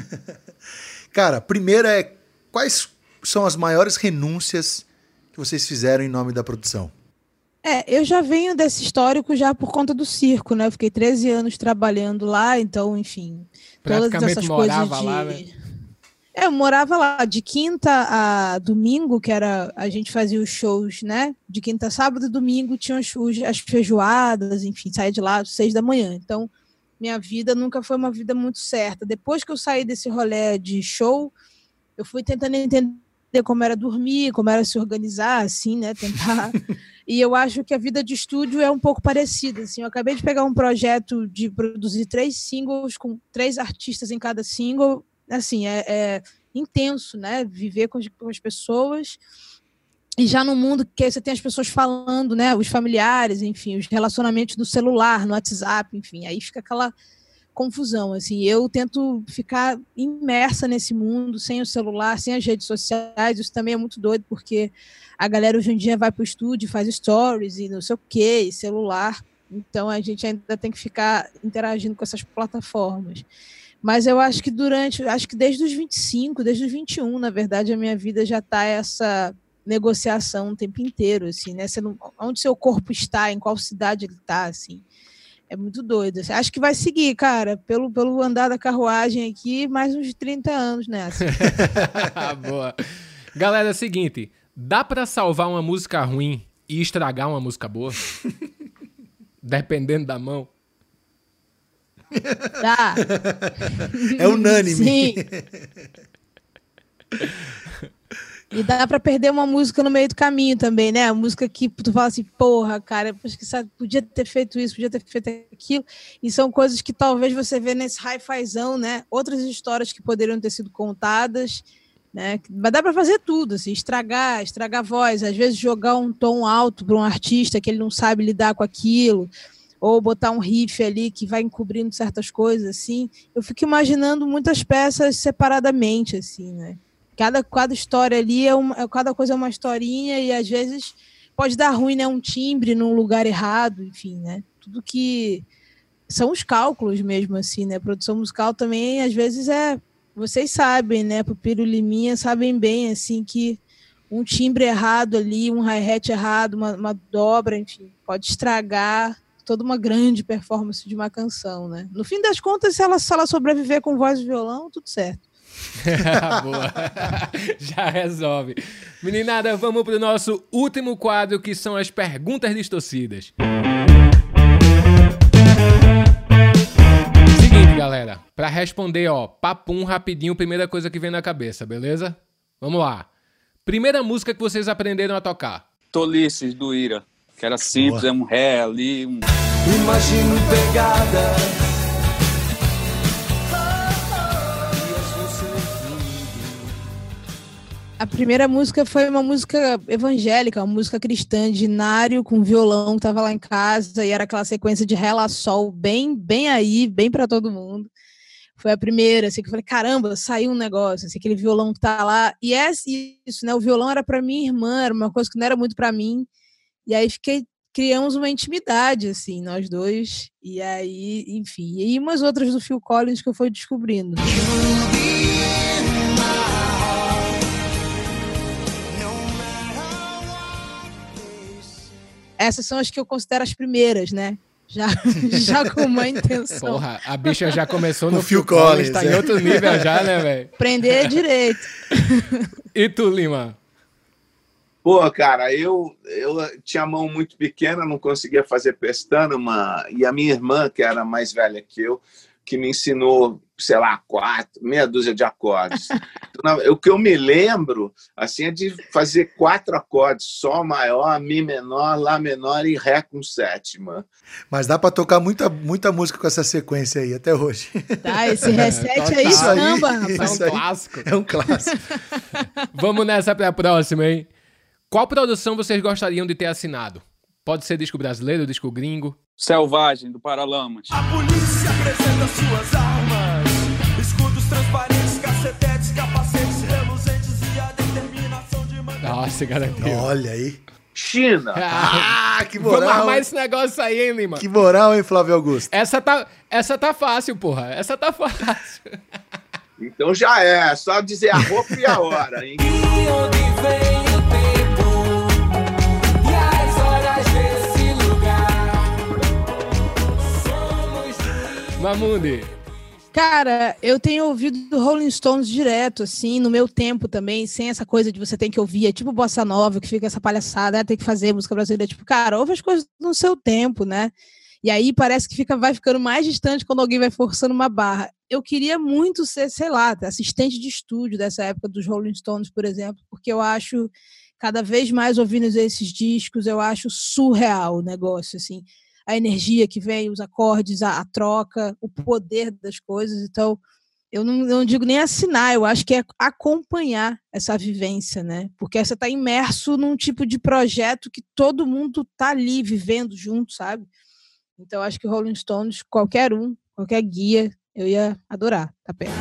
Cara, a primeira é: quais são as maiores renúncias que vocês fizeram em nome da produção? Eu já venho desse histórico já por conta do circo, né? Eu fiquei 13 anos trabalhando lá, então, enfim, todas essas coisas de... lá, né? Eu morava lá de quinta a domingo, que era, a gente fazia os shows, né? De quinta a sábado e domingo tinham as feijoadas, enfim, saía de lá às 6 da manhã. Então, minha vida nunca foi uma vida muito certa. Depois que eu saí desse rolê de show, eu fui tentando entender como era dormir, como era se organizar, assim, né? Tentar... E eu acho que a vida de estúdio é um pouco parecida, assim. Eu acabei de pegar um projeto de produzir 3 singles com 3 artistas em cada single. Assim, é intenso, né? Viver com as pessoas. E já no mundo que você tem as pessoas falando, né? Os familiares, enfim, os relacionamentos do celular, no WhatsApp, enfim. Aí fica aquela confusão, assim. Eu tento ficar imersa nesse mundo, sem o celular, sem as redes sociais. Isso também é muito doido, porque a galera hoje em dia vai pro estúdio, faz stories e não sei o quê, e celular. Então a gente ainda tem que ficar interagindo com essas plataformas. Mas eu acho que desde os 25, desde os 21, na verdade, a minha vida já tá essa negociação o tempo inteiro, assim, né? Onde seu corpo está, em qual cidade ele tá, assim. É muito doido. Assim. Acho que vai seguir, cara, pelo andar da carruagem aqui, mais uns 30 anos nessa. Boa. Galera, é o seguinte, dá pra salvar uma música ruim e estragar uma música boa? Dependendo da mão. Dá. É unânime. Sim. E dá pra perder uma música no meio do caminho também, né? A música que tu fala assim, porra, cara, acho que podia ter feito isso, podia ter feito aquilo. E são coisas que talvez você vê nesse hi-fizão, né? Outras histórias que poderiam ter sido contadas, né? Mas dá pra fazer tudo, assim, estragar a voz, às vezes jogar um tom alto para um artista que ele não sabe lidar com aquilo, ou botar um riff ali que vai encobrindo certas coisas, assim. Eu fico imaginando muitas peças separadamente, assim, né? Cada história ali, cada coisa é uma historinha e às vezes pode dar ruim, né? Um timbre num lugar errado, enfim, né? Tudo que são os cálculos mesmo, assim, né? Produção musical também, às vezes, vocês sabem, né? Pupilo e Liminha sabem bem, assim, que um timbre errado ali, um hi-hat errado, uma dobra, enfim, pode estragar toda uma grande performance de uma canção, né? No fim das contas, se ela sobreviver com voz e violão, tudo certo. Boa. Já resolve. Meninada, vamos pro nosso último quadro, que são as perguntas distorcidas. Seguinte, galera, pra responder, papum rapidinho, primeira coisa que vem na cabeça, beleza? Vamos lá. Primeira música que vocês aprenderam a tocar. Tolices, do Ira, que era simples, é um ré ali, Imagino pegada. A primeira música foi uma música evangélica, uma música cristã de Nário com violão que tava lá em casa e era aquela sequência de Ré, Lá, Sol, bem aí, bem para todo mundo. Foi a primeira, assim, que eu falei, caramba, saiu um negócio, assim, aquele violão que tá lá. E é isso, né? O violão era para minha irmã, era uma coisa que não era muito para mim. E aí criamos uma intimidade, assim, nós dois. E aí, enfim, e umas outras do Phil Collins que eu fui descobrindo. Essas são as que eu considero as primeiras, né? Já com uma intenção. Porra, a bicha já começou com no Phil Collins. Tá em outro nível já, né, velho? Aprender direito. E tu, Lima? Pô, cara, eu tinha a mão muito pequena, não conseguia fazer pestana, e a minha irmã, que era mais velha que eu, que me ensinou sei lá, meia dúzia de acordes. Então, o que eu me lembro assim, é de fazer 4 acordes: Sol maior, Mi menor, Lá menor e Ré com sétima. Mas dá para tocar muita música com essa sequência aí, até hoje. Tá, esse reset aí, samba, rapaz. É um clássico. É um clássico. Vamos nessa pra próxima, hein? Qual produção vocês gostariam de ter assinado? Pode ser disco brasileiro, disco gringo? Selvagem, do Paralamas. A polícia apresenta suas armas, escudos transparentes, cacetetes, capacetes reluzentes e a determinação de mandar. Nossa, garantiu. Olha aí. China. Que moral. Vamos armar esse negócio aí, hein, Lima? Que moral, hein, Flávio Augusto? Essa tá fácil, porra. Essa tá fácil. Então já é só dizer a roupa e a hora, hein? E onde vem o tempo e as horas desse lugar? Somos Mamundi. Cara, eu tenho ouvido Rolling Stones direto, assim, no meu tempo também, sem essa coisa de você tem que ouvir, é tipo bossa nova, que fica essa palhaçada, tem que fazer música brasileira, tipo, cara, ouve as coisas no seu tempo, né? E aí parece que vai ficando mais distante quando alguém vai forçando uma barra. Eu queria muito ser, sei lá, assistente de estúdio dessa época dos Rolling Stones, por exemplo, porque eu acho, cada vez mais ouvindo esses discos, eu acho surreal o negócio, assim, a energia que vem, os acordes, a troca, o poder das coisas. Então, eu não digo nem assinar, eu acho que é acompanhar essa vivência, né? Porque você está imerso num tipo de projeto que todo mundo está ali vivendo junto, sabe? Então, eu acho que Rolling Stones, qualquer guia, eu ia adorar tá perto.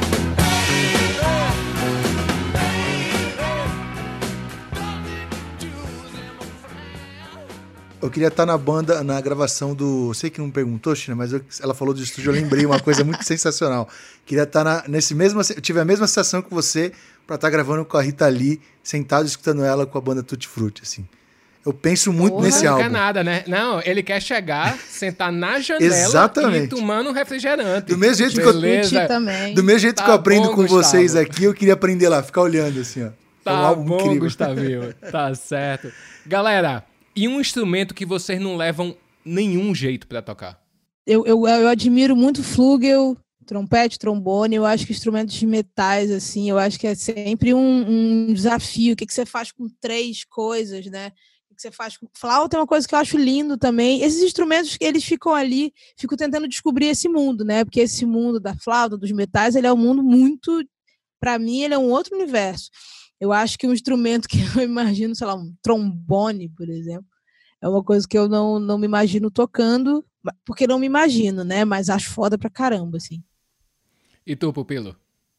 Eu queria estar na banda, na gravação do... Sei que não perguntou, China, mas ela falou do estúdio, eu lembrei uma coisa muito sensacional. Queria estar nesse mesmo... Eu tive a mesma sensação que você para estar gravando com a Rita Lee, sentado escutando ela com a banda Tutti Frutti, assim. Eu penso muito nesse álbum. Não quer nada, né? Não, ele quer chegar, sentar na janela Exatamente. E tomando um refrigerante. Do mesmo jeito do mesmo jeito que eu aprendo bom, com Gustavo. vocês aqui, eu queria aprender lá, ficar olhando assim, ó. Tá um álbum bom, incrível. Gustavinho. Tá certo. Galera, e um instrumento que vocês não levam nenhum jeito pra tocar? Eu admiro muito flugel, trompete, trombone. Eu acho que instrumentos de metais, assim, eu acho que é sempre um desafio. O que você faz com 3 coisas, né? O que você faz com flauta é uma coisa que eu acho lindo também. Esses instrumentos, eles ficam ali, fico tentando descobrir esse mundo, né? Porque esse mundo da flauta, dos metais, ele é um mundo muito... Para mim, ele é um outro universo. Eu acho que um instrumento que eu imagino, sei lá, um trombone, por exemplo, é uma coisa que eu não me imagino tocando, porque não me imagino, né? Mas acho foda pra caramba, assim. E tu, Pupilo?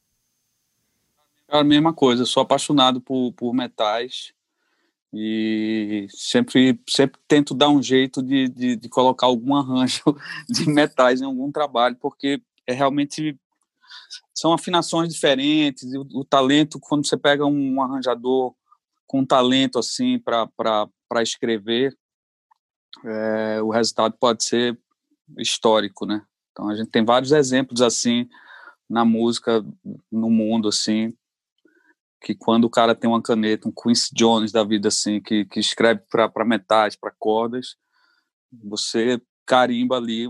A mesma coisa, eu sou apaixonado por metais e sempre tento dar um jeito de colocar algum arranjo de metais em algum trabalho, porque é realmente... São afinações diferentes, o talento, quando você pega um arranjador com talento assim para escrever, o resultado pode ser histórico, né? Então a gente tem vários exemplos assim na música, no mundo, assim, que quando o cara tem uma caneta, um Quincy Jones da vida assim, que escreve para metais, para cordas, você carimba ali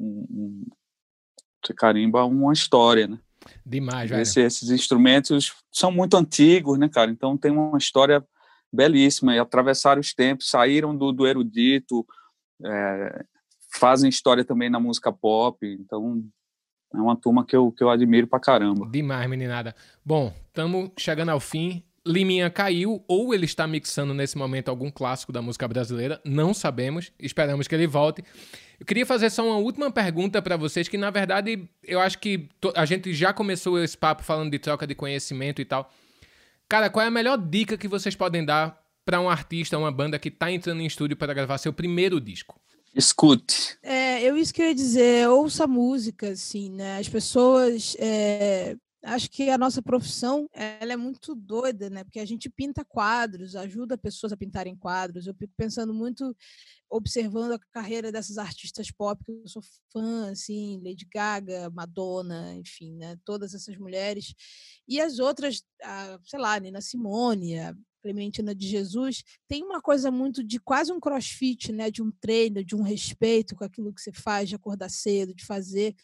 você carimba uma história, né? Demais, velho. Esses instrumentos são muito antigos, né, cara? Então tem uma história belíssima, e atravessaram os tempos, saíram do erudito, fazem história também na música pop, então é uma turma que eu admiro pra caramba. Demais, meninada. Bom, estamos chegando ao fim. Liminha caiu, ou ele está mixando nesse momento algum clássico da música brasileira, não sabemos, esperamos que ele volte. Eu queria fazer só uma última pergunta para vocês, que na verdade eu acho que a gente já começou esse papo falando de troca de conhecimento e tal. Cara, qual é a melhor dica que vocês podem dar para um artista, uma banda que está entrando em estúdio para gravar seu primeiro disco? Escute. Isso que eu ia dizer, ouça música, assim, né? As pessoas... Acho que a nossa profissão, ela é muito doida, né? Porque a gente pinta quadros, ajuda pessoas a pintarem quadros. Eu fico pensando muito, observando a carreira dessas artistas pop, que eu sou fã, assim, Lady Gaga, Madonna, enfim, né? Todas essas mulheres. E as outras, sei lá, Nina Simone, a Clementina de Jesus, tem uma coisa muito de quase um crossfit, né? De um treino, de um respeito com aquilo que você faz, de acordar cedo, de fazer...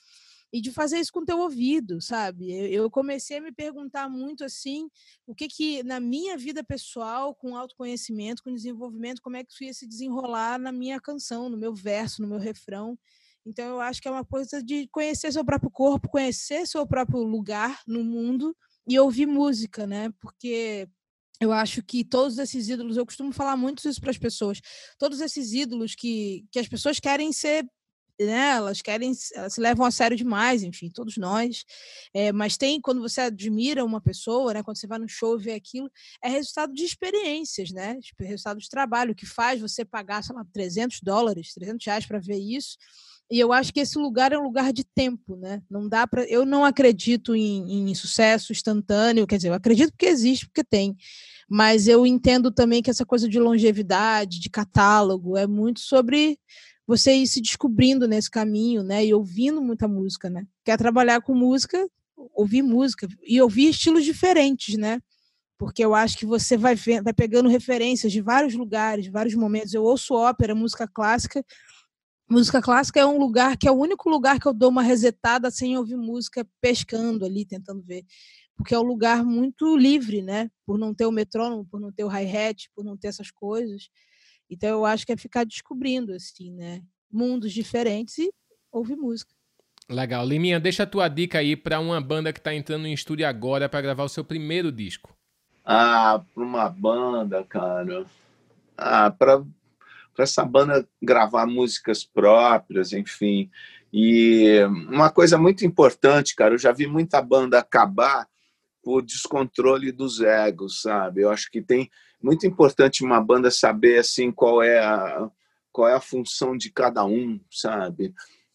e de fazer isso com o teu ouvido, sabe? Eu comecei a me perguntar muito assim, o que na minha vida pessoal, com autoconhecimento, com desenvolvimento, como é que isso ia se desenrolar na minha canção, no meu verso, no meu refrão. Então eu acho que é uma coisa de conhecer seu próprio corpo, conhecer seu próprio lugar no mundo e ouvir música, né? Porque eu acho que todos esses ídolos, eu costumo falar muito isso para as pessoas, todos esses ídolos que as pessoas querem ser, né, elas se levam a sério demais, enfim, todos nós, mas quando você admira uma pessoa, né, quando você vai no show e vê aquilo, é resultado de experiências, né, resultado de trabalho, que faz você pagar, sei lá, $300, R$300 para ver isso. E eu acho que esse lugar é um lugar de tempo, né? Não dá para. Eu não acredito em sucesso instantâneo, quer dizer, eu acredito porque existe, porque tem. Mas eu entendo também que essa coisa de longevidade, de catálogo, é muito sobre você ir se descobrindo nesse caminho, né? E ouvindo muita música, né? Quer trabalhar com música, ouvir música e ouvir estilos diferentes, né? Porque eu acho que você vai pegando referências de vários lugares, de vários momentos. Eu ouço ópera, música clássica. Música clássica é um lugar que é o único lugar que eu dou uma resetada sem ouvir música, pescando ali, tentando ver. Porque é um lugar muito livre, né? Por não ter o metrônomo, por não ter o hi-hat, por não ter essas coisas. Então eu acho que é ficar descobrindo, assim, né? Mundos diferentes e ouvir música. Legal. Liminha, deixa a tua dica aí para uma banda que está entrando em estúdio agora para gravar o seu primeiro disco. Para uma banda, cara. Para essa banda gravar músicas próprias, enfim. E uma coisa muito importante, cara, eu já vi muita banda acabar por descontrole dos egos, sabe? Eu acho que tem muito importante uma banda saber assim qual é a função de cada um, sabe?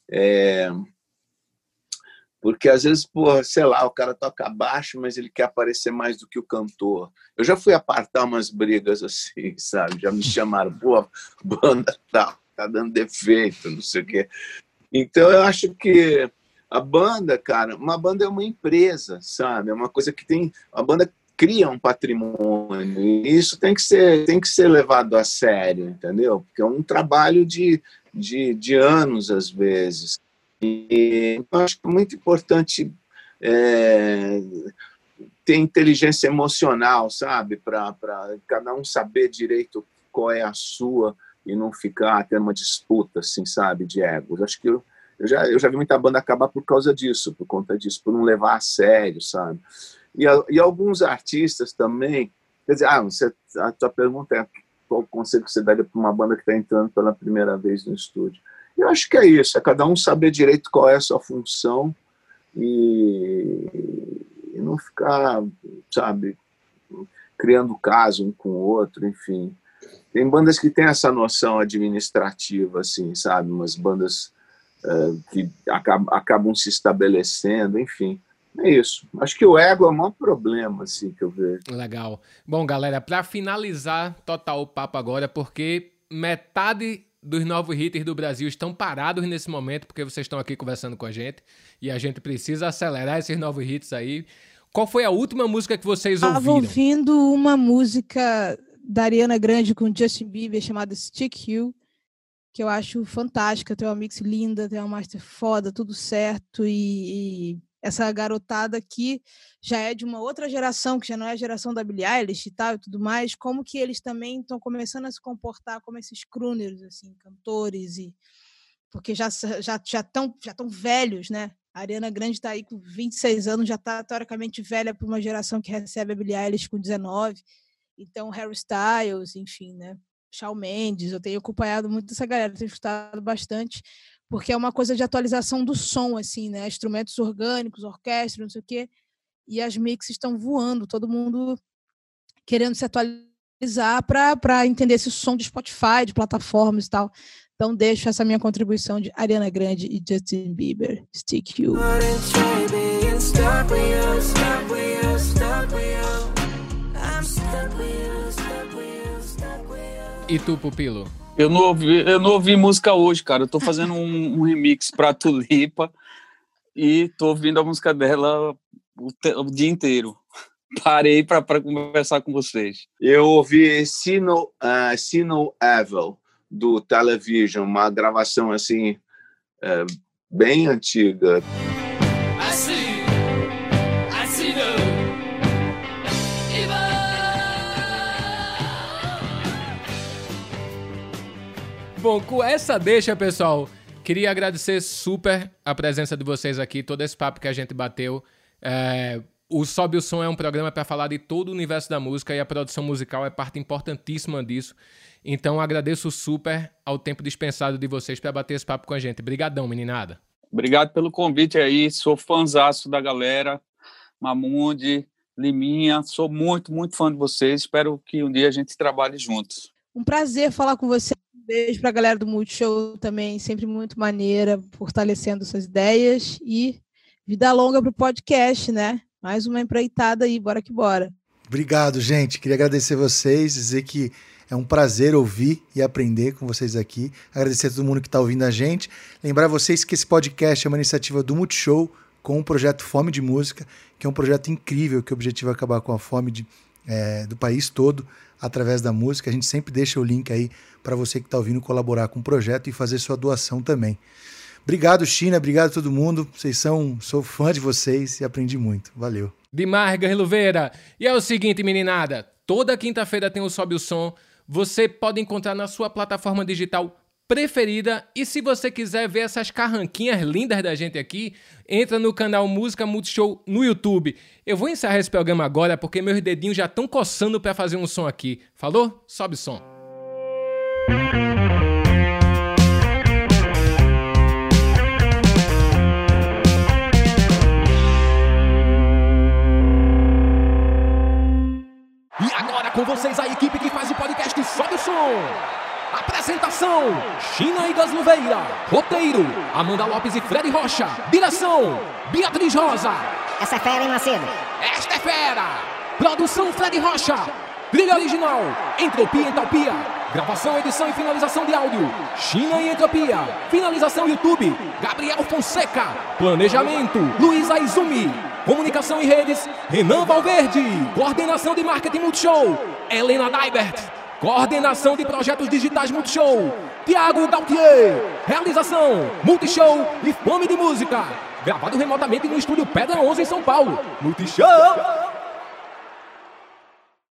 Porque às vezes, porra, sei lá, o cara toca baixo, mas ele quer aparecer mais do que o cantor. Eu já fui apartar umas brigas assim, sabe? Já me chamaram, pô, banda tá dando defeito, não sei o quê. Então eu acho que a banda, cara, uma banda é uma empresa, sabe? É uma coisa que tem... A banda cria um patrimônio e isso tem que ser levado a sério, entendeu? Porque é um trabalho de anos, às vezes. E eu acho que é muito importante ter inteligência emocional, sabe? Para cada um saber direito qual é a sua e não ficar tendo uma disputa, assim, sabe? De egos. Acho que eu já vi muita banda acabar por causa disso, por conta disso, por não levar a sério, sabe? E alguns artistas também... Quer dizer, a tua pergunta é qual o conselho que você daria para uma banda que está entrando pela primeira vez no estúdio? Eu acho que é isso, é cada um saber direito qual é a sua função e não ficar, sabe, criando caso um com o outro, enfim. Tem bandas que têm essa noção administrativa, assim, sabe, umas bandas que acabam se estabelecendo, enfim. É isso. Acho que o ego é o maior problema, assim, que eu vejo. Legal. Bom, galera, para finalizar total o papo agora, porque metade dos novos hits do Brasil estão parados nesse momento, porque vocês estão aqui conversando com a gente, e a gente precisa acelerar esses novos hits aí. Qual foi a última música que vocês ouviram? Estava ouvindo uma música da Ariana Grande com Justin Bieber chamada Stick You, que eu acho fantástica. Tem uma mix linda, tem uma master foda, tudo certo, e essa garotada aqui já é de uma outra geração, que já não é a geração da Billie Eilish e tal e tudo mais, como que eles também estão começando a se comportar como esses crooners, assim, cantores, porque já estão velhos, né? A Ariana Grande está aí com 26 anos, já está teoricamente velha para uma geração que recebe a Billie Eilish com 19, então Harry Styles, enfim, né? Shawn Mendes, eu tenho acompanhado muito essa galera, tenho escutado bastante, porque é uma coisa de atualização do som, assim, né? Instrumentos orgânicos, orquestra, não sei o quê, e as mixes estão voando, todo mundo querendo se atualizar para entender esse som de Spotify, de plataformas e tal. Então deixo essa minha contribuição de Ariana Grande e Justin Bieber, Stick You. E tu, Pupilo? Eu não ouvi música hoje, cara. Eu tô fazendo um remix pra Tulipa e tô ouvindo a música dela o dia inteiro. Parei para conversar com vocês. Eu ouvi Sino Evil, do Television, uma gravação assim bem antiga. Bom, com essa deixa, pessoal, queria agradecer super a presença de vocês aqui, todo esse papo que a gente bateu. O Sobe o Som é um programa para falar de todo o universo da música e a produção musical é parte importantíssima disso. Então, agradeço super ao tempo dispensado de vocês para bater esse papo com a gente. Brigadão, meninada. Obrigado pelo convite aí, sou fãzaço da galera, Mamundi, Liminha, sou muito, muito fã de vocês, espero que um dia a gente trabalhe juntos. Um prazer falar com você. Um beijo para a galera do Multishow também, sempre muito maneira, fortalecendo suas ideias. E vida longa para o podcast, né? Mais uma empreitada aí, bora que bora. Obrigado, gente. Queria agradecer vocês, dizer que é um prazer ouvir e aprender com vocês aqui. Agradecer a todo mundo que está ouvindo a gente. Lembrar vocês que esse podcast é uma iniciativa do Multishow com o projeto Fome de Música, que é um projeto incrível que o objetivo é acabar com a fome do país todo através da música. A gente sempre deixa o link aí para você que está ouvindo colaborar com o projeto e fazer sua doação também. Obrigado, China. Obrigado a todo mundo. Sou fã de vocês e aprendi muito. Valeu. Demais, Guerreiro Luveira. E é o seguinte, meninada. Toda quinta-feira tem o Sobe o Som. Você pode encontrar na sua plataforma digital preferida. E se você quiser ver essas carranquinhas lindas da gente aqui, entra no canal Música Multishow no YouTube. Eu vou encerrar esse programa agora porque meus dedinhos já estão coçando para fazer um som aqui. Falou? Sobe o som. E agora com vocês a equipe que faz o podcast Sobe o Som. Apresentação: China e Gas Luveira. Roteiro: Amanda Lopes e Fred Rocha. Direção: Beatriz Rosa. Essa é fera, hein, Macedo? Esta é fera. Produção: Fred Rocha. Trilha original: Entropia e Entalpia. Gravação, edição e finalização de áudio: China e Entropia. Finalização YouTube: Gabriel Fonseca. Planejamento: Luísa Izumi. Comunicação e redes: Renan Valverde. Coordenação de marketing Multishow: Helena Daibert. Coordenação de projetos digitais Multishow: Thiago Gautier. Realização: Multishow e Fome de Música. Gravado remotamente no estúdio Pedra 11 em São Paulo. Multishow!